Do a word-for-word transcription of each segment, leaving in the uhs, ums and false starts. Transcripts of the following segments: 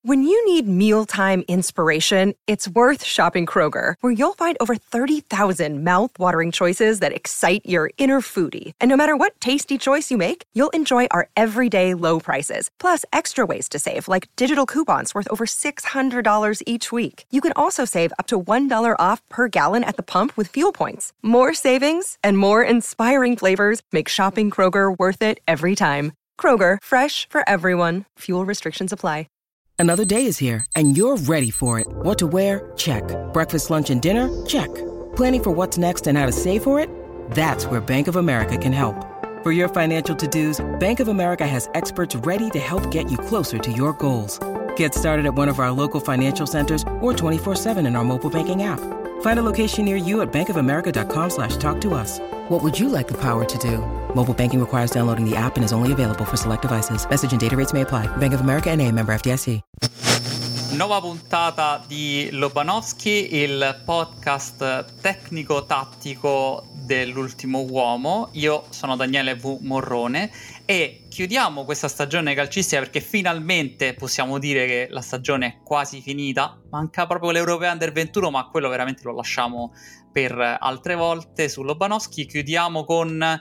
When you need mealtime inspiration, it's worth shopping Kroger, where you'll find over thirty thousand mouth-watering choices that excite your inner foodie. And no matter what tasty choice you make, you'll enjoy our everyday low prices, plus extra ways to save, like digital coupons worth over six hundred dollars each week. You can also save up to one dollar off per gallon at the pump with fuel points. More savings and more inspiring flavors make shopping Kroger worth it every time. Kroger, fresh for everyone. Fuel restrictions apply. Another day is here, and you're ready for it. What to wear? Check. Breakfast, lunch, and dinner? Check. Planning for what's next and how to save for it? That's where Bank of America can help. For your financial to-dos, Bank of America has experts ready to help get you closer to your goals. Get started at one of our local financial centers or twenty-four seven in our mobile banking app. Find a location near you at bankofamerica.com slash talk to us. What would you like the power to do? Mobile banking requires downloading the app and is only available for select devices. Message and data rates may apply. Bank of America N A, member F D I C. Nuova puntata di Lobanovsky, il podcast tecnico-tattico dell'ultimo uomo. Io sono Daniele V. Morrone e chiudiamo questa stagione calcistica perché finalmente possiamo dire che la stagione è quasi finita. Manca proprio l'Europea Under ventuno, ma quello veramente lo lasciamo per altre volte. Su Lobanovsky chiudiamo con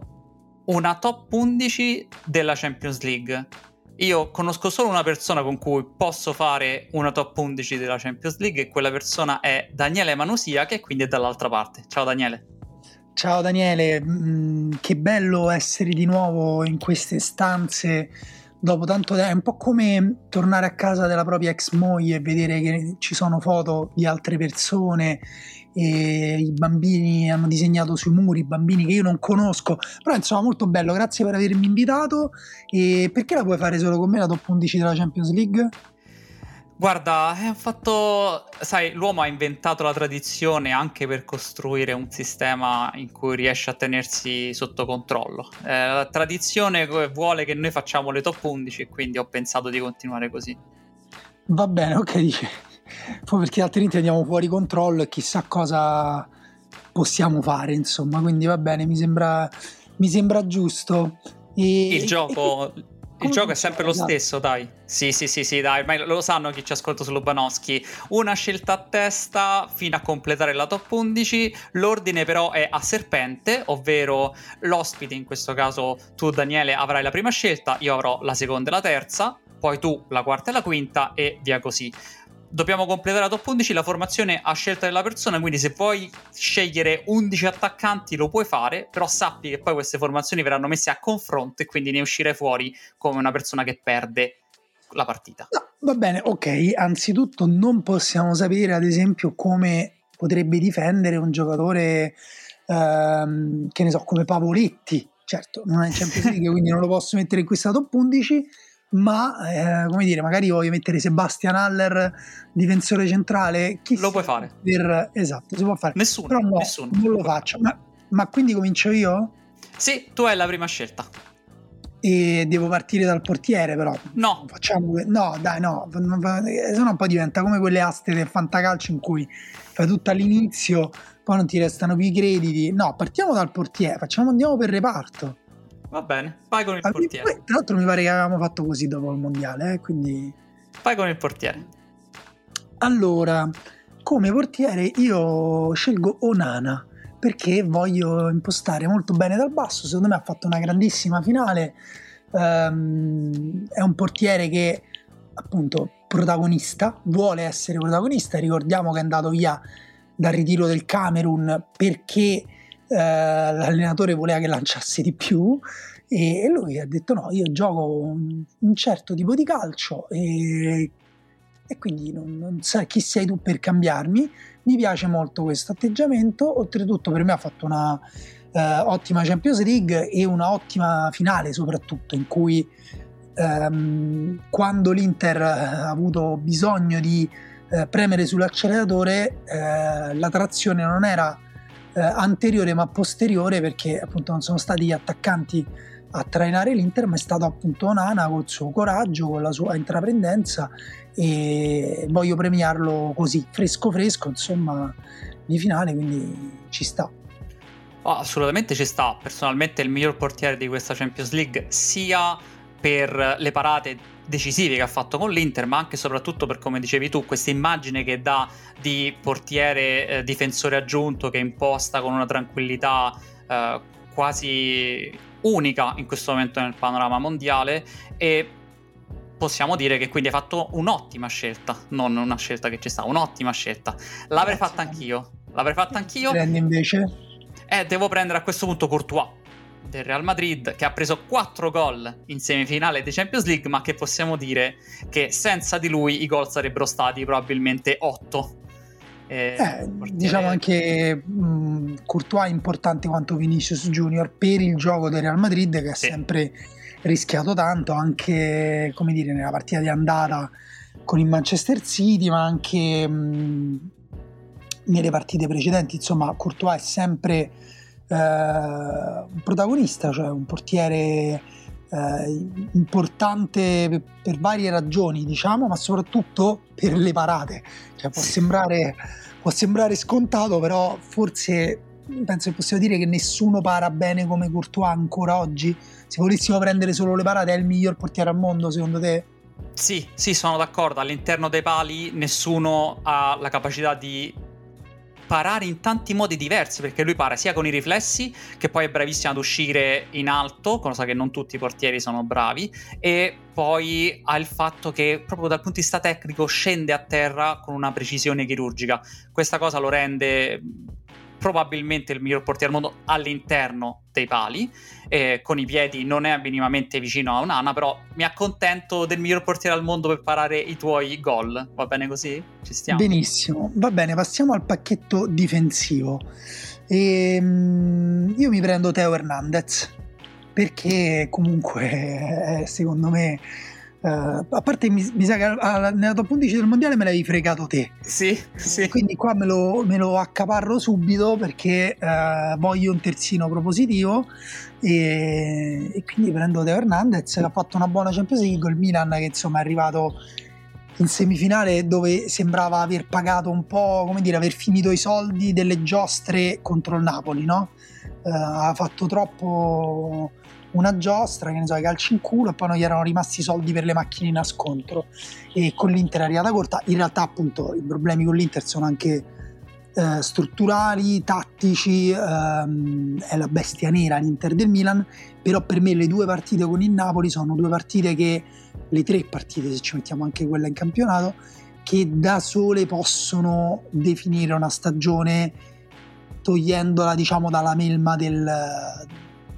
una top undici della Champions League. Io conosco solo una persona con cui posso fare una top undici della Champions League e quella persona è Daniele Manusia, che quindi è dall'altra parte. Ciao Daniele. Ciao Daniele, mm, che bello essere di nuovo in queste stanze dopo tanto tempo. È un po' come tornare a casa della propria ex moglie e vedere che ci sono foto di altre persone e i bambini hanno disegnato sui muri, bambini che io non conosco, però insomma molto bello. Grazie per avermi invitato. E perché la puoi fare solo con me la top undici della Champions League? Guarda, è un fatto, sai, l'uomo ha inventato la tradizione anche per costruire un sistema in cui riesce a tenersi sotto controllo. Eh, la tradizione vuole che noi facciamo le top undici e quindi ho pensato di continuare così. Va bene, ok, dice. Poi perché altrimenti andiamo fuori controllo e chissà cosa possiamo fare, insomma, quindi va bene, mi sembra, mi sembra giusto. E, il gioco, e, il gioco è sempre lo stesso, dai. Sì, sì, sì, sì, dai, ormai lo sanno chi ci ascolta su Lobanovsky. Una scelta a testa fino a completare la top undici. L'ordine però è a serpente, ovvero l'ospite, in questo caso tu Daniele avrai la prima scelta, io avrò la seconda e la terza, poi tu la quarta e la quinta e via così. Dobbiamo completare la top undici, la formazione a scelta della persona, quindi se vuoi scegliere undici attaccanti lo puoi fare, però sappi che poi queste formazioni verranno messe a confronto e quindi ne uscirai fuori come una persona che perde la partita. No, va bene, ok, anzitutto non possiamo sapere ad esempio come potrebbe difendere un giocatore ehm, che ne so, come Pavoletti. Certo, non è in Champions League quindi non lo posso mettere in questa top undici, ma eh, come dire, magari voglio mettere Sebastian Haller difensore centrale, chi lo puoi fare per... esatto, si può fare, nessuno, però no, nessuno. non lo faccio. Ma, ma quindi comincio io? Sì, tu hai la prima scelta e devo partire dal portiere, però no, facciamo, no dai, no, se no poi diventa come quelle aste del fantacalcio in cui fai tutto all'inizio, poi non ti restano più i crediti. No, partiamo dal portiere, facciamo, andiamo per reparto. Va bene, vai con il Ah, portiere. poi, tra l'altro mi pare che avevamo fatto così dopo il mondiale, eh, quindi vai con il portiere. Allora, come portiere io scelgo Onana perché voglio impostare molto bene dal basso. Secondo me ha fatto una grandissima finale, um, è un portiere che appunto protagonista, vuole essere protagonista. Ricordiamo che è andato via dal ritiro del Camerun perché Uh, l'allenatore voleva che lanciasse di più e lui ha detto no, io gioco un, un certo tipo di calcio e, e quindi non, non sai chi sei tu per cambiarmi. Mi piace molto questo atteggiamento. Oltretutto per me ha fatto una uh, ottima Champions League e una ottima finale, soprattutto in cui um, quando l'Inter ha avuto bisogno di uh, premere sull'acceleratore uh, la trazione non era Eh, anteriore ma posteriore, perché appunto non sono stati gli attaccanti a trainare l'Inter, ma è stato appunto Onana col suo coraggio, con la sua intraprendenza, e voglio premiarlo così, fresco fresco, insomma, di finale, quindi ci sta. Oh, assolutamente ci sta. Personalmente è il miglior portiere di questa Champions League, sia per le parate decisive che ha fatto con l'Inter, ma anche e soprattutto per, come dicevi tu, questa immagine che dà di portiere eh, difensore aggiunto, che imposta con una tranquillità eh, quasi unica in questo momento nel panorama mondiale. E possiamo dire che quindi hai fatto un'ottima scelta, non una scelta che ci sta, un'ottima scelta. L'avrei fatta anch'io, l'avrei fatta anch'io. Prendi invece? Eh, devo prendere a questo punto Courtois del Real Madrid, che ha preso quattro gol in semifinale di Champions League, ma che possiamo dire che senza di lui i gol sarebbero stati probabilmente otto. Eh, eh, diciamo anche mh, Courtois è importante quanto Vinicius Junior per il gioco del Real Madrid, che ha sì. sempre rischiato tanto, anche come dire nella partita di andata con il Manchester City, ma anche mh, nelle partite precedenti. Insomma, Courtois è sempre Uh, un protagonista, cioè un portiere uh, importante per, per varie ragioni, diciamo, ma soprattutto per le parate. Cioè, può sembrare può sembrare scontato, però forse penso che possiamo dire che nessuno para bene come Courtois ancora oggi. Se volessimo prendere solo le parate, è il miglior portiere al mondo, secondo te? Sì, sì, sono d'accordo. All'interno dei pali nessuno ha la capacità di parare in tanti modi diversi, perché lui para sia con i riflessi, che poi è bravissimo ad uscire in alto, cosa che non tutti i portieri sono bravi, e poi ha il fatto che proprio dal punto di vista tecnico scende a terra con una precisione chirurgica. Questa cosa lo rende probabilmente il miglior portiere al mondo all'interno dei pali, eh, con i piedi non è minimamente vicino a Onana, però mi accontento del miglior portiere al mondo per parare i tuoi gol. Va bene così? Ci stiamo? Benissimo, va bene, passiamo al pacchetto difensivo. E, um, io mi prendo Theo Hernandez, perché comunque eh, secondo me Uh, a parte mi, mi sa che uh, nella top undici del mondiale me l'avevi fregato te, sì, sì. Quindi qua me lo, me lo accaparro subito, perché uh, voglio un terzino propositivo, e, e quindi prendo Theo Hernandez, che ha fatto una buona Champions League, il Milan che insomma è arrivato in semifinale dove sembrava aver pagato un po', come dire, aver finito i soldi delle giostre contro il Napoli, no? Uh, ha fatto troppo una giostra, che ne so, i calci in culo, e poi non gli erano rimasti i soldi per le macchinine a scontro, e con l'Inter è arrivata corta. In realtà appunto i problemi con l'Inter sono anche eh, strutturali, tattici, ehm, è la bestia nera l'Inter del Milan, però per me le due partite con il Napoli sono due partite che, le tre partite se ci mettiamo anche quella in campionato, che da sole possono definire una stagione, togliendola diciamo dalla melma del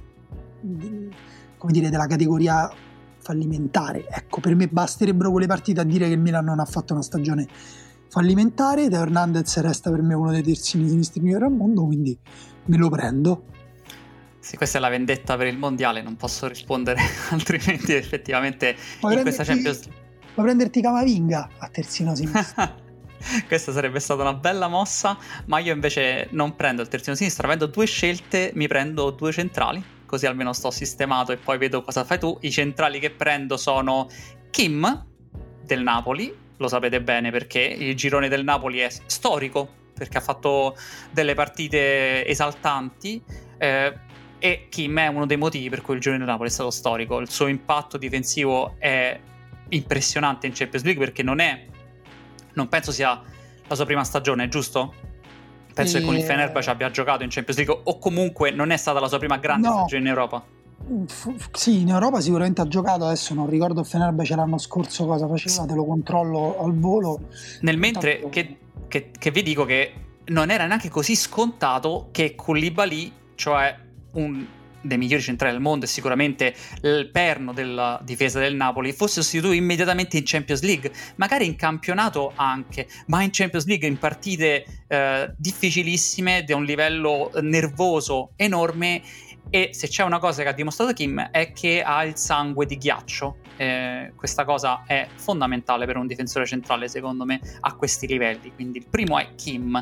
come dire della categoria fallimentare. Ecco, per me basterebbero quelle partite a dire che il Milan non ha fatto una stagione fallimentare. Theo Hernandez resta per me uno dei terzini sinistri migliori al mondo, quindi me lo prendo. Sì, questa è la vendetta per il mondiale, non posso rispondere altrimenti effettivamente puoi in questa Champions puoi prenderti Camavinga a terzino sinistro. Questa sarebbe stata una bella mossa, ma io invece non prendo il terzino sinistro, avendo due scelte mi prendo due centrali, così almeno sto sistemato e poi vedo cosa fai tu. I centrali che prendo sono Kim del Napoli, lo sapete bene perché il girone del Napoli è storico, perché ha fatto delle partite esaltanti, eh, e Kim è uno dei motivi per cui il girone del Napoli è stato storico. Il suo impatto difensivo è impressionante in Champions League, perché non è non penso sia la sua prima stagione, giusto? Penso e... che con il Fenerbahce abbia giocato in Champions League, o comunque non è stata la sua prima grande no. stagione in Europa. F- sì, in Europa sicuramente ha giocato, adesso non ricordo il Fenerbahce l'anno scorso cosa faceva, te lo controllo al volo. Nel mentre Intanto... che, che, che vi dico che non era neanche così scontato che Koulibaly, cioè un dei migliori centrali del mondo e sicuramente il perno della difesa del Napoli, fosse sostituito immediatamente in Champions League, magari in campionato anche, ma in Champions League, in partite eh, difficilissime, di un livello nervoso enorme. E se c'è una cosa che ha dimostrato Kim è che ha il sangue di ghiaccio. Eh, questa cosa è fondamentale per un difensore centrale, secondo me, a questi livelli. Quindi il primo è Kim.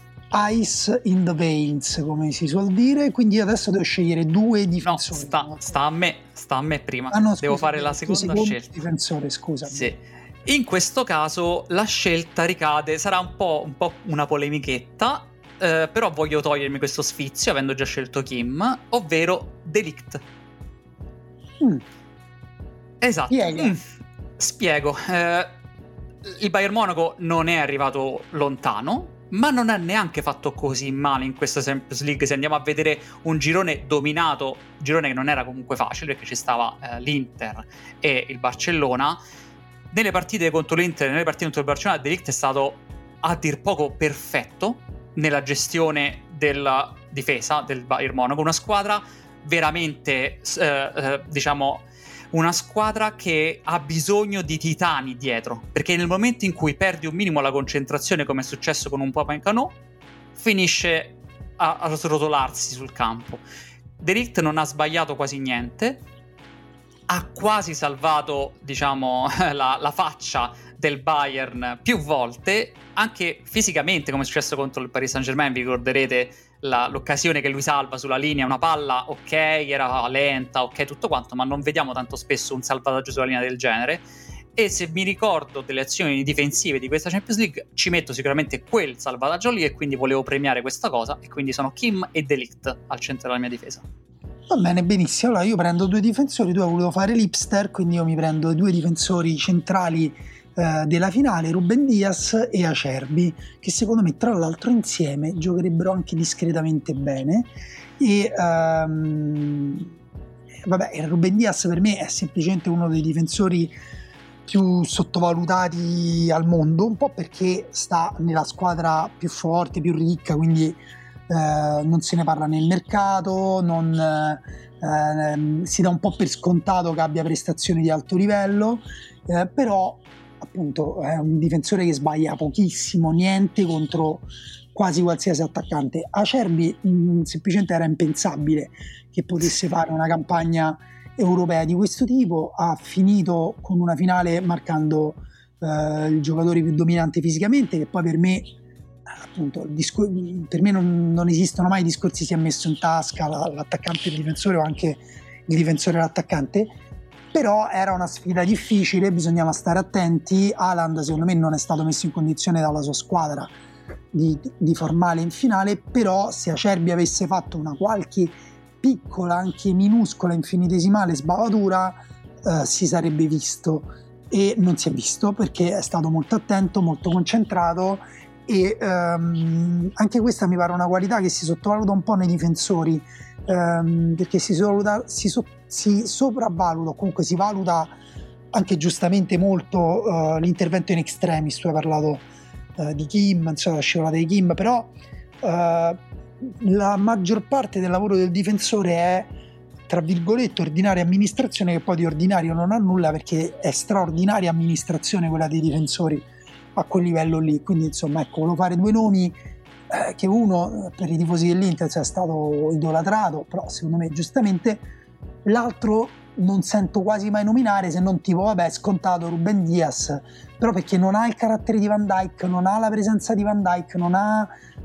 Ice in the veins, come si suol dire. Quindi io adesso devo scegliere due difensori. No, sta, sta a me, sta a me prima. Ah, no, scusa, devo fare la seconda scelta. Difensore, scusa. Sì. In questo caso la scelta ricade, sarà un po', un po' una polemichetta, eh, però voglio togliermi questo sfizio avendo già scelto Kim, ovvero De Ligt. Mm. Esatto. Mm, spiego. Eh, il Bayern Monaco non è arrivato lontano, ma non ha neanche fatto così male in questa Champions League. Se andiamo a vedere un girone dominato, girone che non era comunque facile perché ci stava eh, l'Inter e il Barcellona, nelle partite contro l'Inter e nelle partite contro il Barcellona De Ligt è stato a dir poco perfetto nella gestione della difesa del Bayern Monaco, una squadra veramente eh, eh, diciamo una squadra che ha bisogno di titani dietro, perché nel momento in cui perdi un minimo la concentrazione, come è successo con un Upamecano, finisce a, a srotolarsi sul campo. De Ligt non ha sbagliato quasi niente, ha quasi salvato, diciamo, la, la faccia del Bayern più volte, anche fisicamente, come è successo contro il Paris Saint-Germain. Vi ricorderete la, l'occasione che lui salva sulla linea, una palla, ok, era lenta, ok, tutto quanto, ma non vediamo tanto spesso un salvataggio sulla linea del genere. E se mi ricordo delle azioni difensive di questa Champions League, ci metto sicuramente quel salvataggio lì, e quindi volevo premiare questa cosa, e quindi sono Kim e De Ligt al centro della mia difesa. Va bene, benissimo. Allora io prendo due difensori, tu hai voluto fare l'hipster, quindi io mi prendo due difensori centrali eh, della finale, Ruben Dias e Acerbi, che secondo me tra l'altro insieme giocherebbero anche discretamente bene. E ehm, vabbè, Ruben Dias per me è semplicemente uno dei difensori più sottovalutati al mondo, un po' perché sta nella squadra più forte, più ricca, quindi eh, non se ne parla nel mercato, non, eh, si dà un po' per scontato che abbia prestazioni di alto livello, eh, però appunto è un difensore che sbaglia pochissimo, niente contro quasi qualsiasi attaccante. Acerbi mh, semplicemente era impensabile che potesse fare una campagna europea di questo tipo. Ha finito con una finale marcando eh, il giocatore più dominante fisicamente, che poi per me appunto discor- per me non, non esistono mai discorsi si è messo in tasca l'attaccante e il difensore, o anche il difensore e l'attaccante, però era una sfida difficile, bisognava stare attenti. Haaland secondo me non è stato messo in condizione dalla sua squadra di, di far male in finale, però se Acerbi avesse fatto una qualche piccola, anche minuscola, infinitesimale sbavatura, eh, si sarebbe visto, e non si è visto perché è stato molto attento, molto concentrato, e ehm, anche questa mi pare una qualità che si sottovaluta un po' nei difensori, ehm, perché si, sottovaluta, si, so, si sopravvaluta, o comunque si valuta anche giustamente molto eh, l'intervento in extremis. Tu hai parlato eh, di Kim, insomma, la scivolata di Kim, però eh, la maggior parte del lavoro del difensore è, tra virgolette, ordinaria amministrazione, che poi di ordinario non ha nulla, perché è straordinaria amministrazione quella dei difensori a quel livello lì. Quindi insomma, ecco, volevo fare due nomi eh, che uno per i tifosi dell'Inter è stato idolatrato, però secondo me giustamente, l'altro non sento quasi mai nominare, se non tipo vabbè scontato Ruben Dias, però perché non ha il carattere di Van Dijk, non ha la presenza di Van Dijk, non ha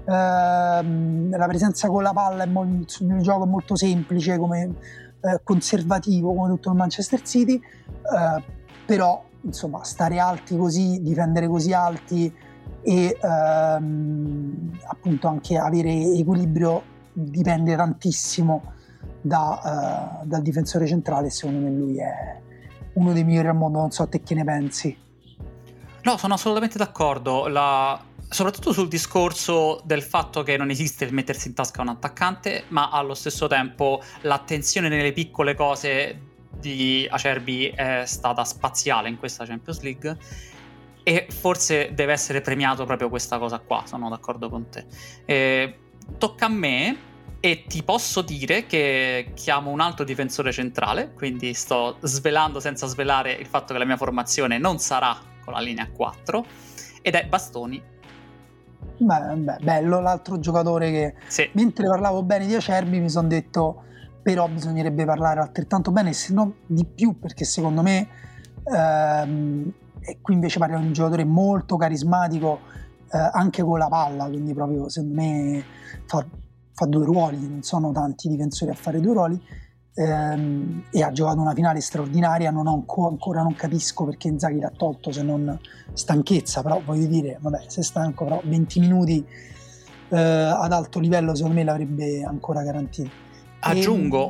ehm, la presenza con la palla, è molto, il gioco è molto semplice, come eh, conservativo come tutto il Manchester City, eh, però insomma stare alti così, difendere così alti e ehm, appunto anche avere equilibrio dipende tantissimo da, uh, dal difensore centrale. Secondo me lui è uno dei migliori al mondo, non so te che ne pensi. No, sono assolutamente d'accordo, la... soprattutto sul discorso del fatto che non esiste il mettersi in tasca un attaccante, ma allo stesso tempo l'attenzione nelle piccole cose di Acerbi è stata spaziale in questa Champions League, e forse deve essere premiato proprio questa cosa qua, sono d'accordo con te. E tocca a me, e ti posso dire che chiamo un altro difensore centrale, quindi sto svelando senza svelare il fatto che la mia formazione non sarà con la linea quattro, ed è Bastoni. Beh, beh, bello, l'altro giocatore che sì. Mentre parlavo bene di Acerbi mi sono detto però bisognerebbe parlare altrettanto bene, se non di più, perché secondo me ehm, e qui invece parliamo di un giocatore molto carismatico eh, anche con la palla, quindi proprio secondo me fa, fa due ruoli, non sono tanti difensori a fare due ruoli, ehm, e ha giocato una finale straordinaria. Non ho ancora, ancora non capisco perché Inzaghi l'ha tolto, se non stanchezza, però voglio dire, vabbè, se stanco, però venti minuti eh, ad alto livello secondo me l'avrebbe ancora garantito. Aggiungo,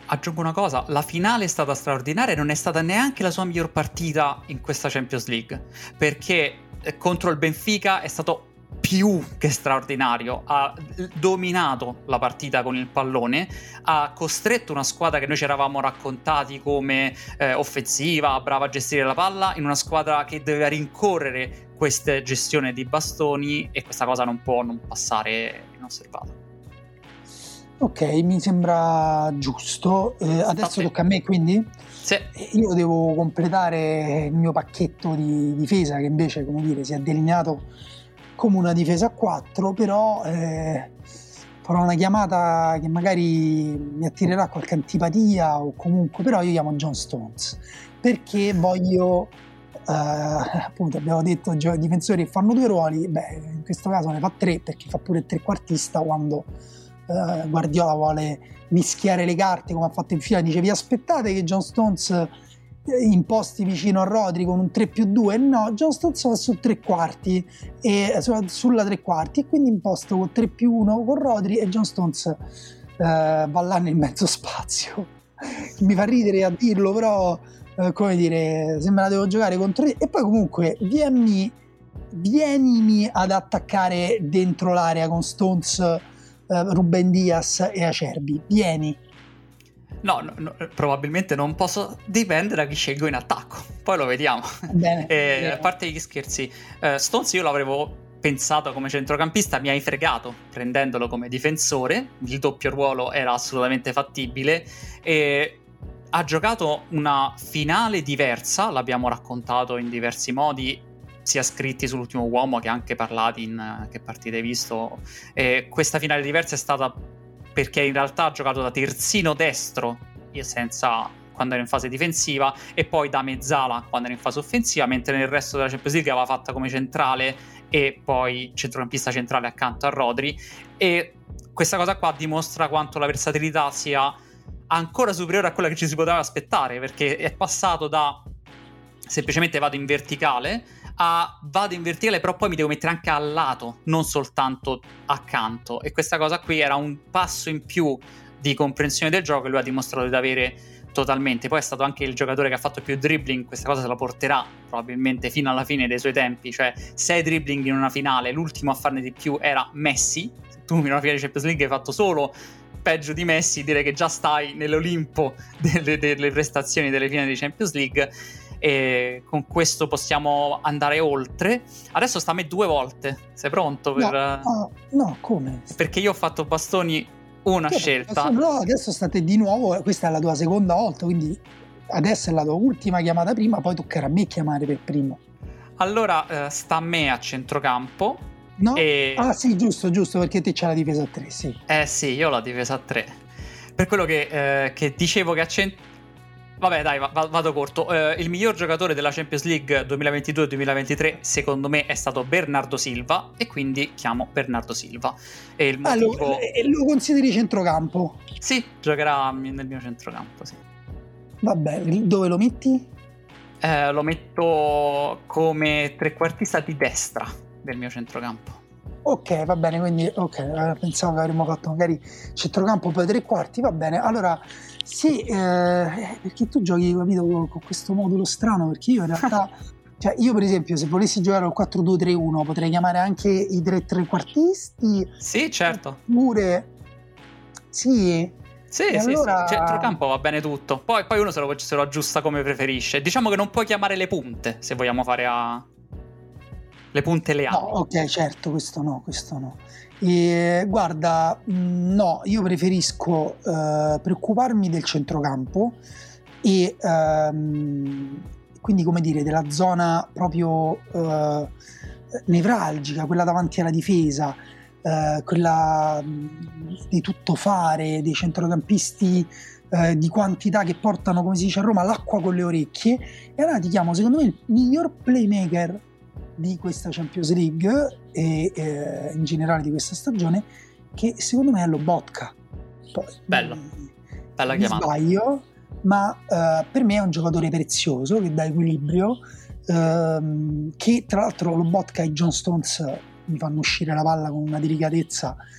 aggiungo una cosa, la finale è stata straordinaria e non è stata neanche la sua miglior partita in questa Champions League, perché contro il Benfica è stato più che straordinario, ha dominato la partita con il pallone, ha costretto una squadra che noi ci eravamo raccontati come eh, offensiva, brava a gestire la palla, in una squadra che deve rincorrere questa gestione di bastoni, e questa cosa non può non passare inosservata. Ok, mi sembra giusto. Eh, adesso tocca a me, quindi? Sì. Io devo completare il mio pacchetto di difesa, che invece, come dire, si è delineato come una difesa a quattro, però eh, farò una chiamata che magari mi attirerà qualche antipatia, o comunque, però io chiamo John Stones perché voglio, eh, appunto abbiamo detto, difensori che fanno due ruoli, beh, in questo caso ne fa tre, perché fa pure il trequartista quando eh, Guardiola vuole mischiare le carte come ha fatto in fila, dice: vi aspettate che John Stones imposti vicino a Rodri con un tre più due? No, John Stones va su tre quarti e sulla tre quarti, e quindi imposto con tre più uno con Rodri, e John Stones eh, va là nel mezzo spazio. Mi fa ridere a dirlo, però eh, come dire, sembra devo giocare contro te. E poi comunque vienimi, vienimi ad attaccare dentro l'area con Stones, eh, Ruben Dias e Acerbi, vieni. No, no, no, probabilmente non posso, dipende da chi scelgo in attacco, poi lo vediamo. Bene, eh, bene. A parte gli scherzi, eh, Stones io l'avevo pensato come centrocampista, mi hai fregato prendendolo come difensore, il doppio ruolo era assolutamente fattibile, e ha giocato una finale diversa, l'abbiamo raccontato in diversi modi, sia scritti sull'ultimo uomo che anche parlati in Che partite hai visto. E questa finale diversa è stata perché in realtà ha giocato da terzino destro, senza, quando era in fase difensiva, e poi da mezzala quando era in fase offensiva, mentre nel resto della Champions League aveva fatta come centrale e poi centrocampista centrale accanto a Rodri. E questa cosa qua dimostra quanto la versatilità sia ancora superiore a quella che ci si poteva aspettare, perché è passato da semplicemente vado in verticale a vado in verticale però poi mi devo mettere anche al lato, non soltanto accanto, e questa cosa qui era un passo in più di comprensione del gioco che lui ha dimostrato di avere totalmente. Poi è stato anche il giocatore che ha fatto più dribbling, questa cosa se la porterà probabilmente fino alla fine dei suoi tempi, cioè sei dribbling in una finale, l'ultimo a farne di più era Messi. Se tu in una finale di Champions League hai fatto solo peggio di Messi, direi che già stai nell'Olimpo delle, delle prestazioni delle finali di Champions League, e con questo possiamo andare oltre. Adesso sta a me due volte, sei pronto? Per... No, no, no, come? Perché io ho fatto bastoni una Come? scelta. No, adesso state di nuovo, questa è la tua seconda volta, quindi adesso è la tua ultima chiamata prima, poi toccherà a me chiamare per primo. Allora eh, sta a me a centrocampo. No? E... Ah sì, giusto, giusto, perché te c'è la difesa a tre, sì. Eh sì, io ho la difesa a tre. Per quello che, eh, che dicevo che a centro... Vabbè dai, va- vado corto. Eh, il miglior giocatore della Champions League duemilaventidue duemilaventitré secondo me è stato Bernardo Silva, e quindi chiamo Bernardo Silva. E il motivo... Ah, lo, lo consideri centrocampo? Sì, giocherà nel mio centrocampo, sì. Vabbè, dove lo metti? Eh, lo metto come trequartista di destra del mio centrocampo. Ok, va bene, quindi ok, pensavo che avremmo fatto magari centrocampo poi tre quarti, va bene. Allora, sì, eh, perché tu giochi, capito, con, con questo modulo strano, perché io in realtà, cioè io per esempio se volessi giocare al quattro due tre uno potrei chiamare anche i tre trequartisti. Sì, certo. Oppure, sì. Sì, E sì, allora... sì, centrocampo va bene tutto. Poi, poi uno se lo, se lo aggiusta come preferisce. Diciamo che non puoi chiamare le punte, se vogliamo fare a... le punte le ali. No, ok, certo, questo no, questo no. E, guarda, mh, no, io preferisco eh, preoccuparmi del centrocampo e ehm, quindi, come dire, della zona proprio eh, nevralgica, quella davanti alla difesa, eh, quella mh, di tutto fare, dei centrocampisti eh, di quantità che portano, come si dice a Roma, l'acqua con le orecchie. E allora ti chiamo, secondo me, il miglior playmaker di questa Champions League e eh, in generale di questa stagione, che secondo me è Lobotka. Poi, bello, bella mi chiamata. sbaglio, ma eh, per me è un giocatore prezioso che dà equilibrio, ehm, che tra l'altro Lobotka e John Stones mi fanno uscire la palla con una delicatezza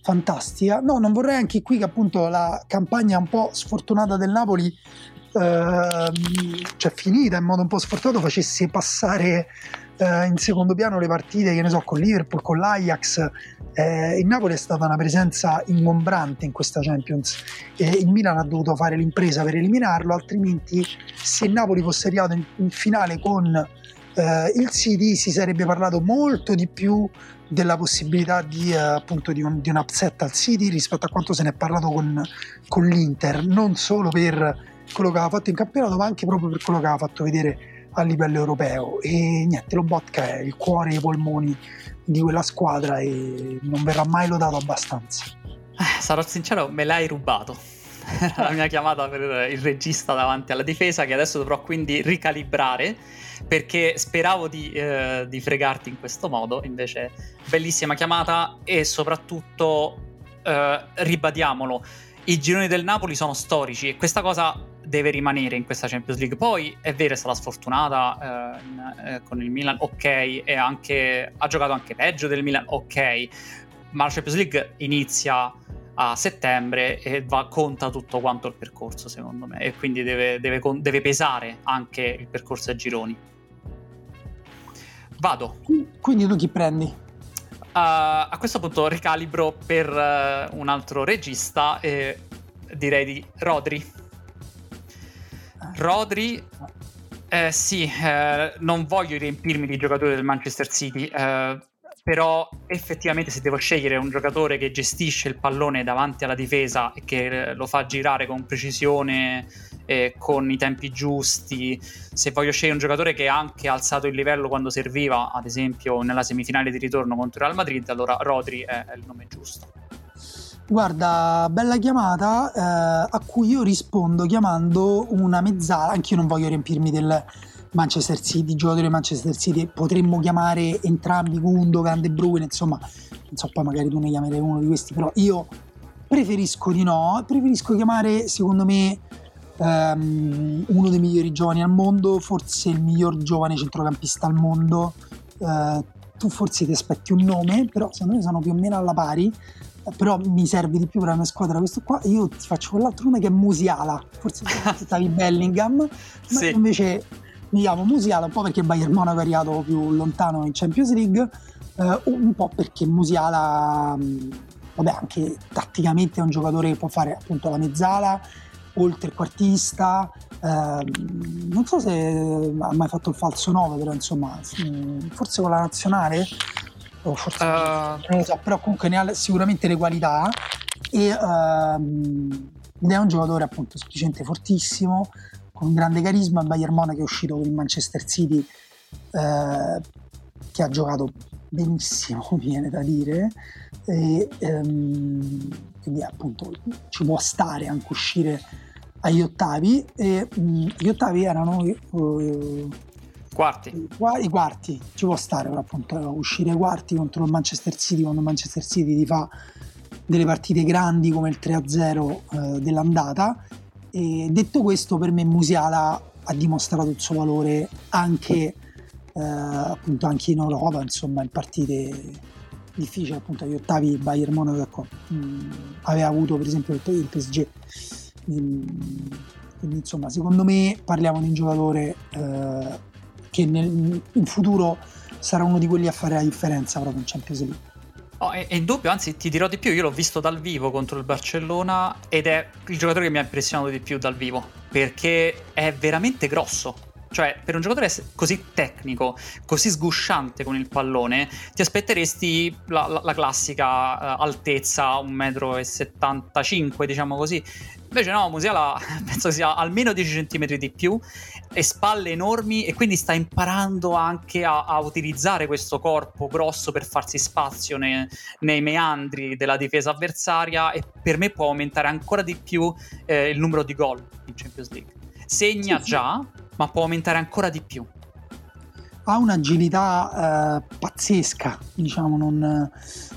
fantastica. No, non vorrei anche qui che appunto la campagna un po' sfortunata del Napoli, eh, cioè finita in modo un po' sfortunato, facesse passare eh, in secondo piano le partite, che ne so, con Liverpool, con l'Ajax. Eh, il Napoli è stata una presenza ingombrante in questa Champions, e il Milan ha dovuto fare l'impresa per eliminarlo, altrimenti se il Napoli fosse arrivato in, in finale con eh, il City si sarebbe parlato molto di più della possibilità di, eh, appunto di un, di un upset al City rispetto a quanto se ne è parlato con, con l'Inter, non solo per quello che aveva fatto in campionato ma anche proprio per quello che aveva fatto vedere a livello europeo. E niente, Lobotka è il cuore e i polmoni di quella squadra e non verrà mai lodato abbastanza. Eh, sarò sincero, me l'hai rubato la mia chiamata per il regista davanti alla difesa, che adesso dovrò quindi ricalibrare, perché speravo di, eh, di fregarti in questo modo. Invece bellissima chiamata, e soprattutto eh, ribadiamolo, i gironi del Napoli sono storici e questa cosa deve rimanere in questa Champions League. Poi è vero, è stata sfortunata eh, in, eh, con il Milan, ok, e anche ha giocato anche peggio del Milan, ok, ma la Champions League inizia a settembre e va, conta tutto quanto il percorso, secondo me, e quindi deve, deve, deve pesare anche il percorso ai gironi. Vado. Quindi tu chi prendi? Uh, a questo punto ricalibro per uh, un altro regista e direi di Rodri. Rodri, eh, sì, eh, non voglio riempirmi di giocatori del Manchester City, eh, però effettivamente se devo scegliere un giocatore che gestisce il pallone davanti alla difesa e che lo fa girare con precisione e con i tempi giusti, se voglio scegliere un giocatore che ha anche alzato il livello quando serviva, ad esempio nella semifinale di ritorno contro il Real Madrid, allora Rodri è, è il nome giusto. Guarda, bella chiamata, eh, a cui io rispondo chiamando una mezzala. Anch'io non voglio riempirmi del Manchester City, giocatori del Manchester City, potremmo chiamare entrambi Gundogan, De Bruyne, insomma, non so, poi magari tu ne chiamerai uno di questi, però io preferisco di no, preferisco chiamare, secondo me, um, uno dei migliori giovani al mondo, forse il miglior giovane centrocampista al mondo. Uh, tu forse ti aspetti un nome, però secondo me sono più o meno alla pari, però mi serve di più per la mia squadra questo qua. Io ti faccio quell'altro nome che è Musiala, forse stavi Bellingham, ma sì. Invece mi chiamo Musiala, un po' perché Bayern Monaco è arrivato più lontano in Champions League, eh, un po' perché Musiala, vabbè, anche tatticamente è un giocatore che può fare appunto la mezzala o il trequartista, eh, non so se ha mai fatto il falso nove, però insomma forse con la nazionale o forse uh... non lo so, però comunque ne ha sicuramente le qualità e uh, ed è un giocatore appunto semplicemente fortissimo, con un grande carisma. Il Bayern Monaco è uscito con il Manchester City, eh, che ha giocato benissimo, mi viene da dire, e ehm, quindi appunto ci può stare anche uscire agli ottavi, e mh, gli ottavi erano uh, quarti. I, i quarti, ci può stare però appunto uscire ai quarti contro il Manchester City, quando il Manchester City ti fa delle partite grandi come il tre a zero eh, dell'andata. E detto questo, per me Musiala ha dimostrato il suo valore anche eh, appunto anche in Europa, insomma, in partite difficili, appunto agli ottavi il Bayern Monaco, ecco, mh, aveva avuto per esempio il, il P S G, quindi, quindi insomma secondo me parliamo di un giocatore eh, che nel, in futuro sarà uno di quelli a fare la differenza proprio in Champions League. Oh, è, è indubbio, anzi ti dirò di più, io l'ho visto dal vivo contro il Barcellona ed è il giocatore che mi ha impressionato di più dal vivo, perché è veramente grosso. Cioè, per un giocatore così tecnico, così sgusciante con il pallone, ti aspetteresti la, la, la classica uh, altezza, un metro e settantacinque, diciamo così. Invece no, Musiala penso sia almeno dieci centimetri di più e spalle enormi, e quindi sta imparando anche a, a utilizzare questo corpo grosso per farsi spazio nei, nei meandri della difesa avversaria, e per me può aumentare ancora di più eh, il numero di gol in Champions League. Segna sì, sì. già, ma può aumentare ancora di più. Ha un'agilità eh, pazzesca, diciamo, non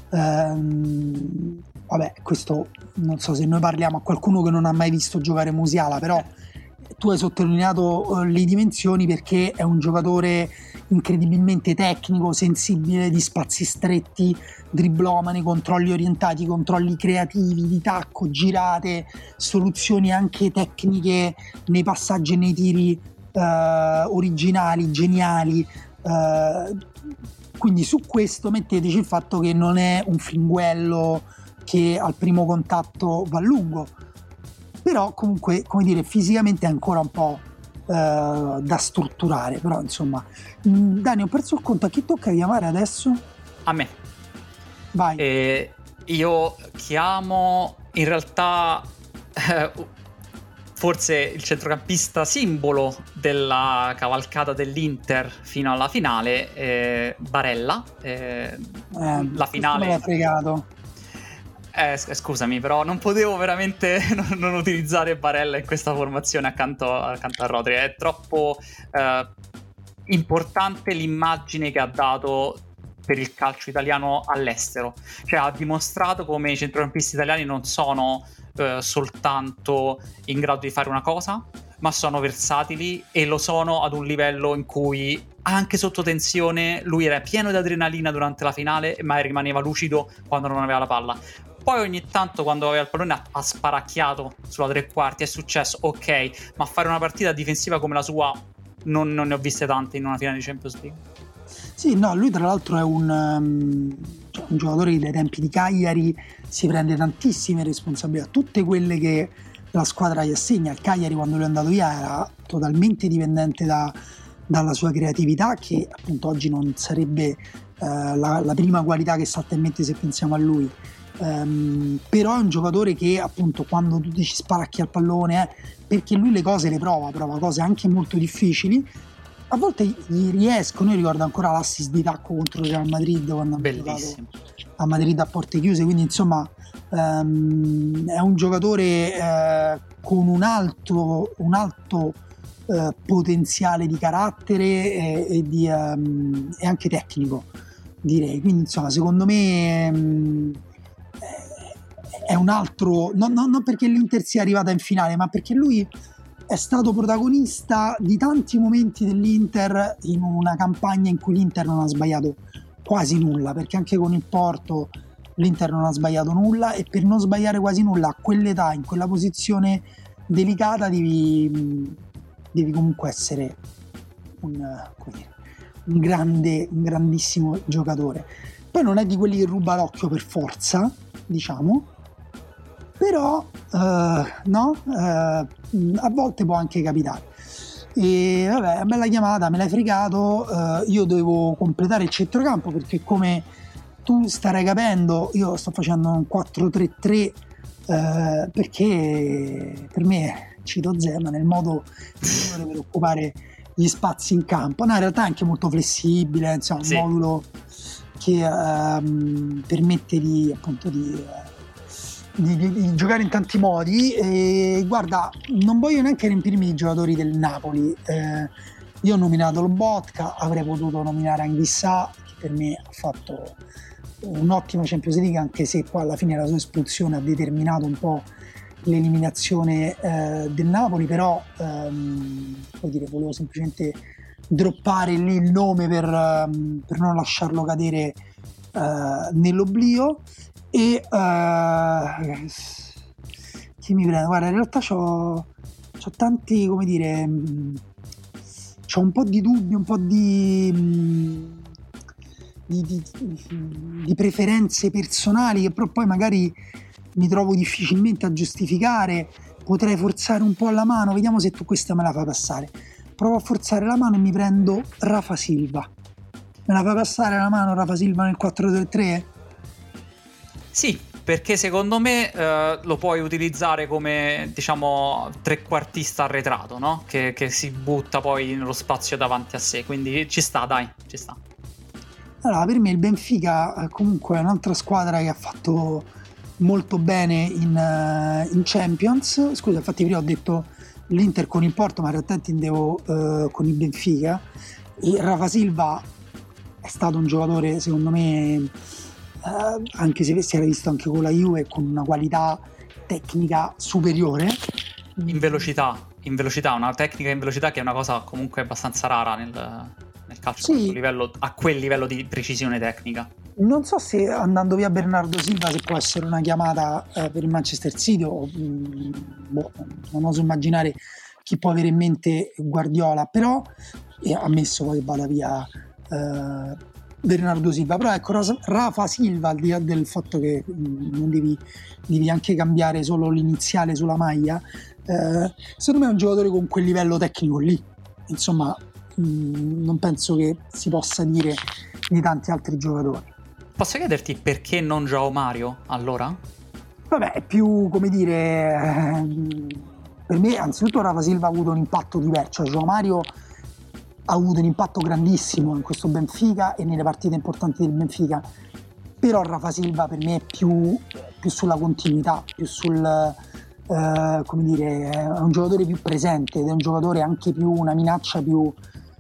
ehm, vabbè, questo non so se noi parliamo a qualcuno che non ha mai visto giocare Musiala, però tu hai sottolineato uh, le dimensioni, perché è un giocatore incredibilmente tecnico, sensibile, di spazi stretti, dribblomane, controlli orientati, controlli creativi, di tacco, girate, soluzioni anche tecniche nei passaggi e nei tiri uh, originali, geniali. Uh, quindi su questo metteteci il fatto che non è un fringuello che al primo contatto va lungo, però comunque, come dire, fisicamente è ancora un po' eh, da strutturare. Però insomma, Dani, ho perso il conto, a chi tocca chiamare adesso? A me. Vai. Eh, io chiamo in realtà eh, forse il centrocampista simbolo della cavalcata dell'Inter fino alla finale, eh, Barella. Eh, eh, la finale me l'ha fregato. Eh, scusami, però non potevo veramente non, non utilizzare Barella in questa formazione accanto, accanto a Rodri. È troppo eh, importante l'immagine che ha dato per il calcio italiano all'estero. Cioè, ha dimostrato come i centrocampisti italiani non sono eh, soltanto in grado di fare una cosa, ma sono versatili, e lo sono ad un livello in cui anche sotto tensione lui era pieno di adrenalina durante la finale, ma rimaneva lucido quando non aveva la palla. Poi ogni tanto, quando aveva il pallone, ha, ha sparacchiato sulla tre quarti, è successo, ok, ma fare una partita difensiva come la sua non, non ne ho viste tante in una finale di Champions League. Sì, no, lui tra l'altro è un, um, cioè un giocatore che dai tempi di Cagliari si prende tantissime responsabilità, tutte quelle che la squadra gli assegna. Il Cagliari, quando lui è andato via, era totalmente dipendente da, dalla sua creatività, che appunto oggi non sarebbe uh, la, la prima qualità che salta in mente se pensiamo a lui. Um, però è un giocatore che appunto, quando tu dici sparacchi al pallone, eh, perché lui le cose le prova, prova cose anche molto difficili, a volte gli riescono. Io ricordo ancora l'assist di tacco contro il Real Madrid, quando hanno giocato a Madrid a porte chiuse. Quindi insomma um, è un giocatore uh, con un alto, un alto uh, potenziale di carattere e, e, di, um, e anche tecnico, direi. Quindi insomma, secondo me um, è un altro, non, non, non perché l'Inter sia arrivata in finale, ma perché lui è stato protagonista di tanti momenti dell'Inter in una campagna in cui l'Inter non ha sbagliato quasi nulla, perché anche con il Porto l'Inter non ha sbagliato nulla, e per non sbagliare quasi nulla a quell'età, in quella posizione delicata, devi, devi comunque essere un, come dire, un grande, un grandissimo giocatore. Poi non è di quelli che ruba l'occhio per forza, diciamo, però uh, no, uh, a volte può anche capitare. E vabbè, bella chiamata, me l'hai fregato. Uh, io devo completare il centrocampo, perché come tu starai capendo io sto facendo un quattro tre tre, uh, perché per me cito Zeman nel modo migliore per occupare gli spazi in campo. No, in realtà è anche molto flessibile, insomma, sì. Un modulo che uh, permette di appunto di uh, Di, di, di giocare in tanti modi. E guarda, non voglio neanche riempirmi di giocatori del Napoli. Eh, io ho nominato Lobotka, avrei potuto nominare Anghissà, che per me ha fatto un'ottima Champions League, anche se poi alla fine la sua espulsione ha determinato un po' l'eliminazione eh, del Napoli. Però ehm, vuol dire, volevo semplicemente droppare lì il nome per, um, per non lasciarlo cadere uh, nell'oblio. E uh, chi mi prende? Guarda, in realtà c'ho, c'ho tanti, come dire, c'ho un po' di dubbi, un po' di, di, di, di preferenze personali, che però poi magari mi trovo difficilmente a giustificare. Potrei forzare un po' la mano, vediamo se tu questa me la fai passare. Provo a forzare la mano e mi prendo Rafa Silva. Me la fai passare la mano Rafa Silva nel quattro tre tre? Sì, perché secondo me eh, lo puoi utilizzare come, diciamo, trequartista arretrato, no? Che, che si butta poi nello spazio davanti a sé, quindi ci sta, dai, ci sta. Allora, per me il Benfica comunque è un'altra squadra che ha fatto molto bene in, uh, in Champions. Scusa, infatti prima ho detto l'Inter con il Porto, ma in realtà intendevo uh, con il Benfica. E Rafa Silva è stato un giocatore, secondo me, Uh, anche se si era visto anche con la Juve, con una qualità tecnica superiore, in velocità in velocità, una tecnica in velocità che è una cosa comunque abbastanza rara nel, nel calcio, Sì. a, questo livello, a quel livello di precisione tecnica. Non so se andando via Bernardo Silva se può essere una chiamata eh, per il Manchester City o mh, boh, non oso immaginare chi può avere in mente Guardiola, però e ammesso poi che vada via eh, Bernardo Silva, però ecco Rafa Silva, al di là del fatto che mh, non devi, devi anche cambiare solo l'iniziale sulla maglia, eh, secondo me è un giocatore con quel livello tecnico lì, insomma mh, non penso che si possa dire di tanti altri giocatori. Posso chiederti perché non João Mario allora? Vabbè, è più come dire, ehm, per me anzitutto Rafa Silva ha avuto un impatto diverso, cioè João Mario ha avuto un impatto grandissimo in questo Benfica e nelle partite importanti del Benfica, però Rafa Silva per me è più, più sulla continuità, più sul, eh, come dire, è un giocatore più presente ed è un giocatore anche più, una minaccia più,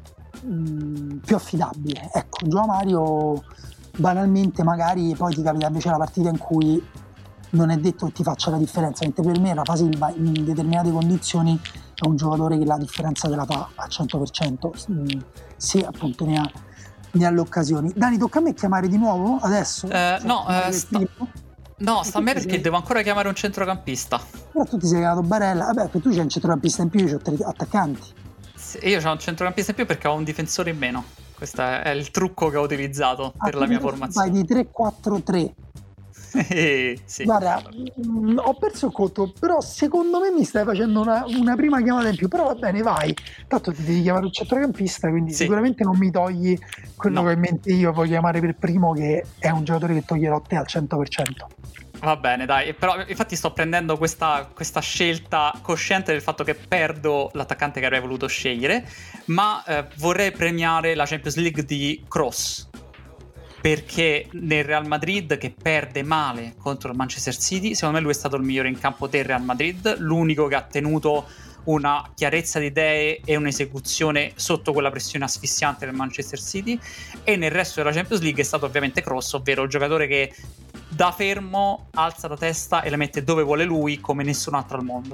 mh, più affidabile. Ecco, João Mario banalmente magari poi ti capita invece la partita in cui non è detto che ti faccia la differenza, mentre per me Rafa Silva in determinate condizioni è un giocatore che la differenza te la fa al cento per cento se appunto ne ha, ne ha le occasioni. Dani, tocca a me chiamare di nuovo adesso? Eh, Cioè, no, eh, sta... no, sta a me perché sei... devo ancora chiamare un centrocampista. Però tu ti sei chiamato Barella, vabbè, tu c'hai un centrocampista in più, io ho tre attaccanti. Sì, io ho un centrocampista in più perché ho un difensore in meno. Questo è il trucco che ho utilizzato ah, per la mia formazione. Vai di tre quattro tre. Eh, sì. Guarda, mh, ho perso il conto, però secondo me mi stai facendo una, una prima chiamata in più, però va bene, vai, tanto ti devi chiamare un centrocampista, quindi sì. Sicuramente non mi togli quello no. che ho in mente io, puoi chiamare per primo che è un giocatore che toglierò a te al cento per cento. Va bene, dai, però infatti sto prendendo questa, questa scelta cosciente del fatto che perdo l'attaccante che avrei voluto scegliere, ma eh, vorrei premiare la Champions League di Kroos, perché nel Real Madrid che perde male contro il Manchester City, secondo me lui è stato il migliore in campo del Real Madrid, l'unico che ha tenuto una chiarezza di idee e un'esecuzione sotto quella pressione asfissiante del Manchester City, e nel resto della Champions League è stato ovviamente Kroos, ovvero il giocatore che da fermo alza la testa e la mette dove vuole lui come nessun altro al mondo.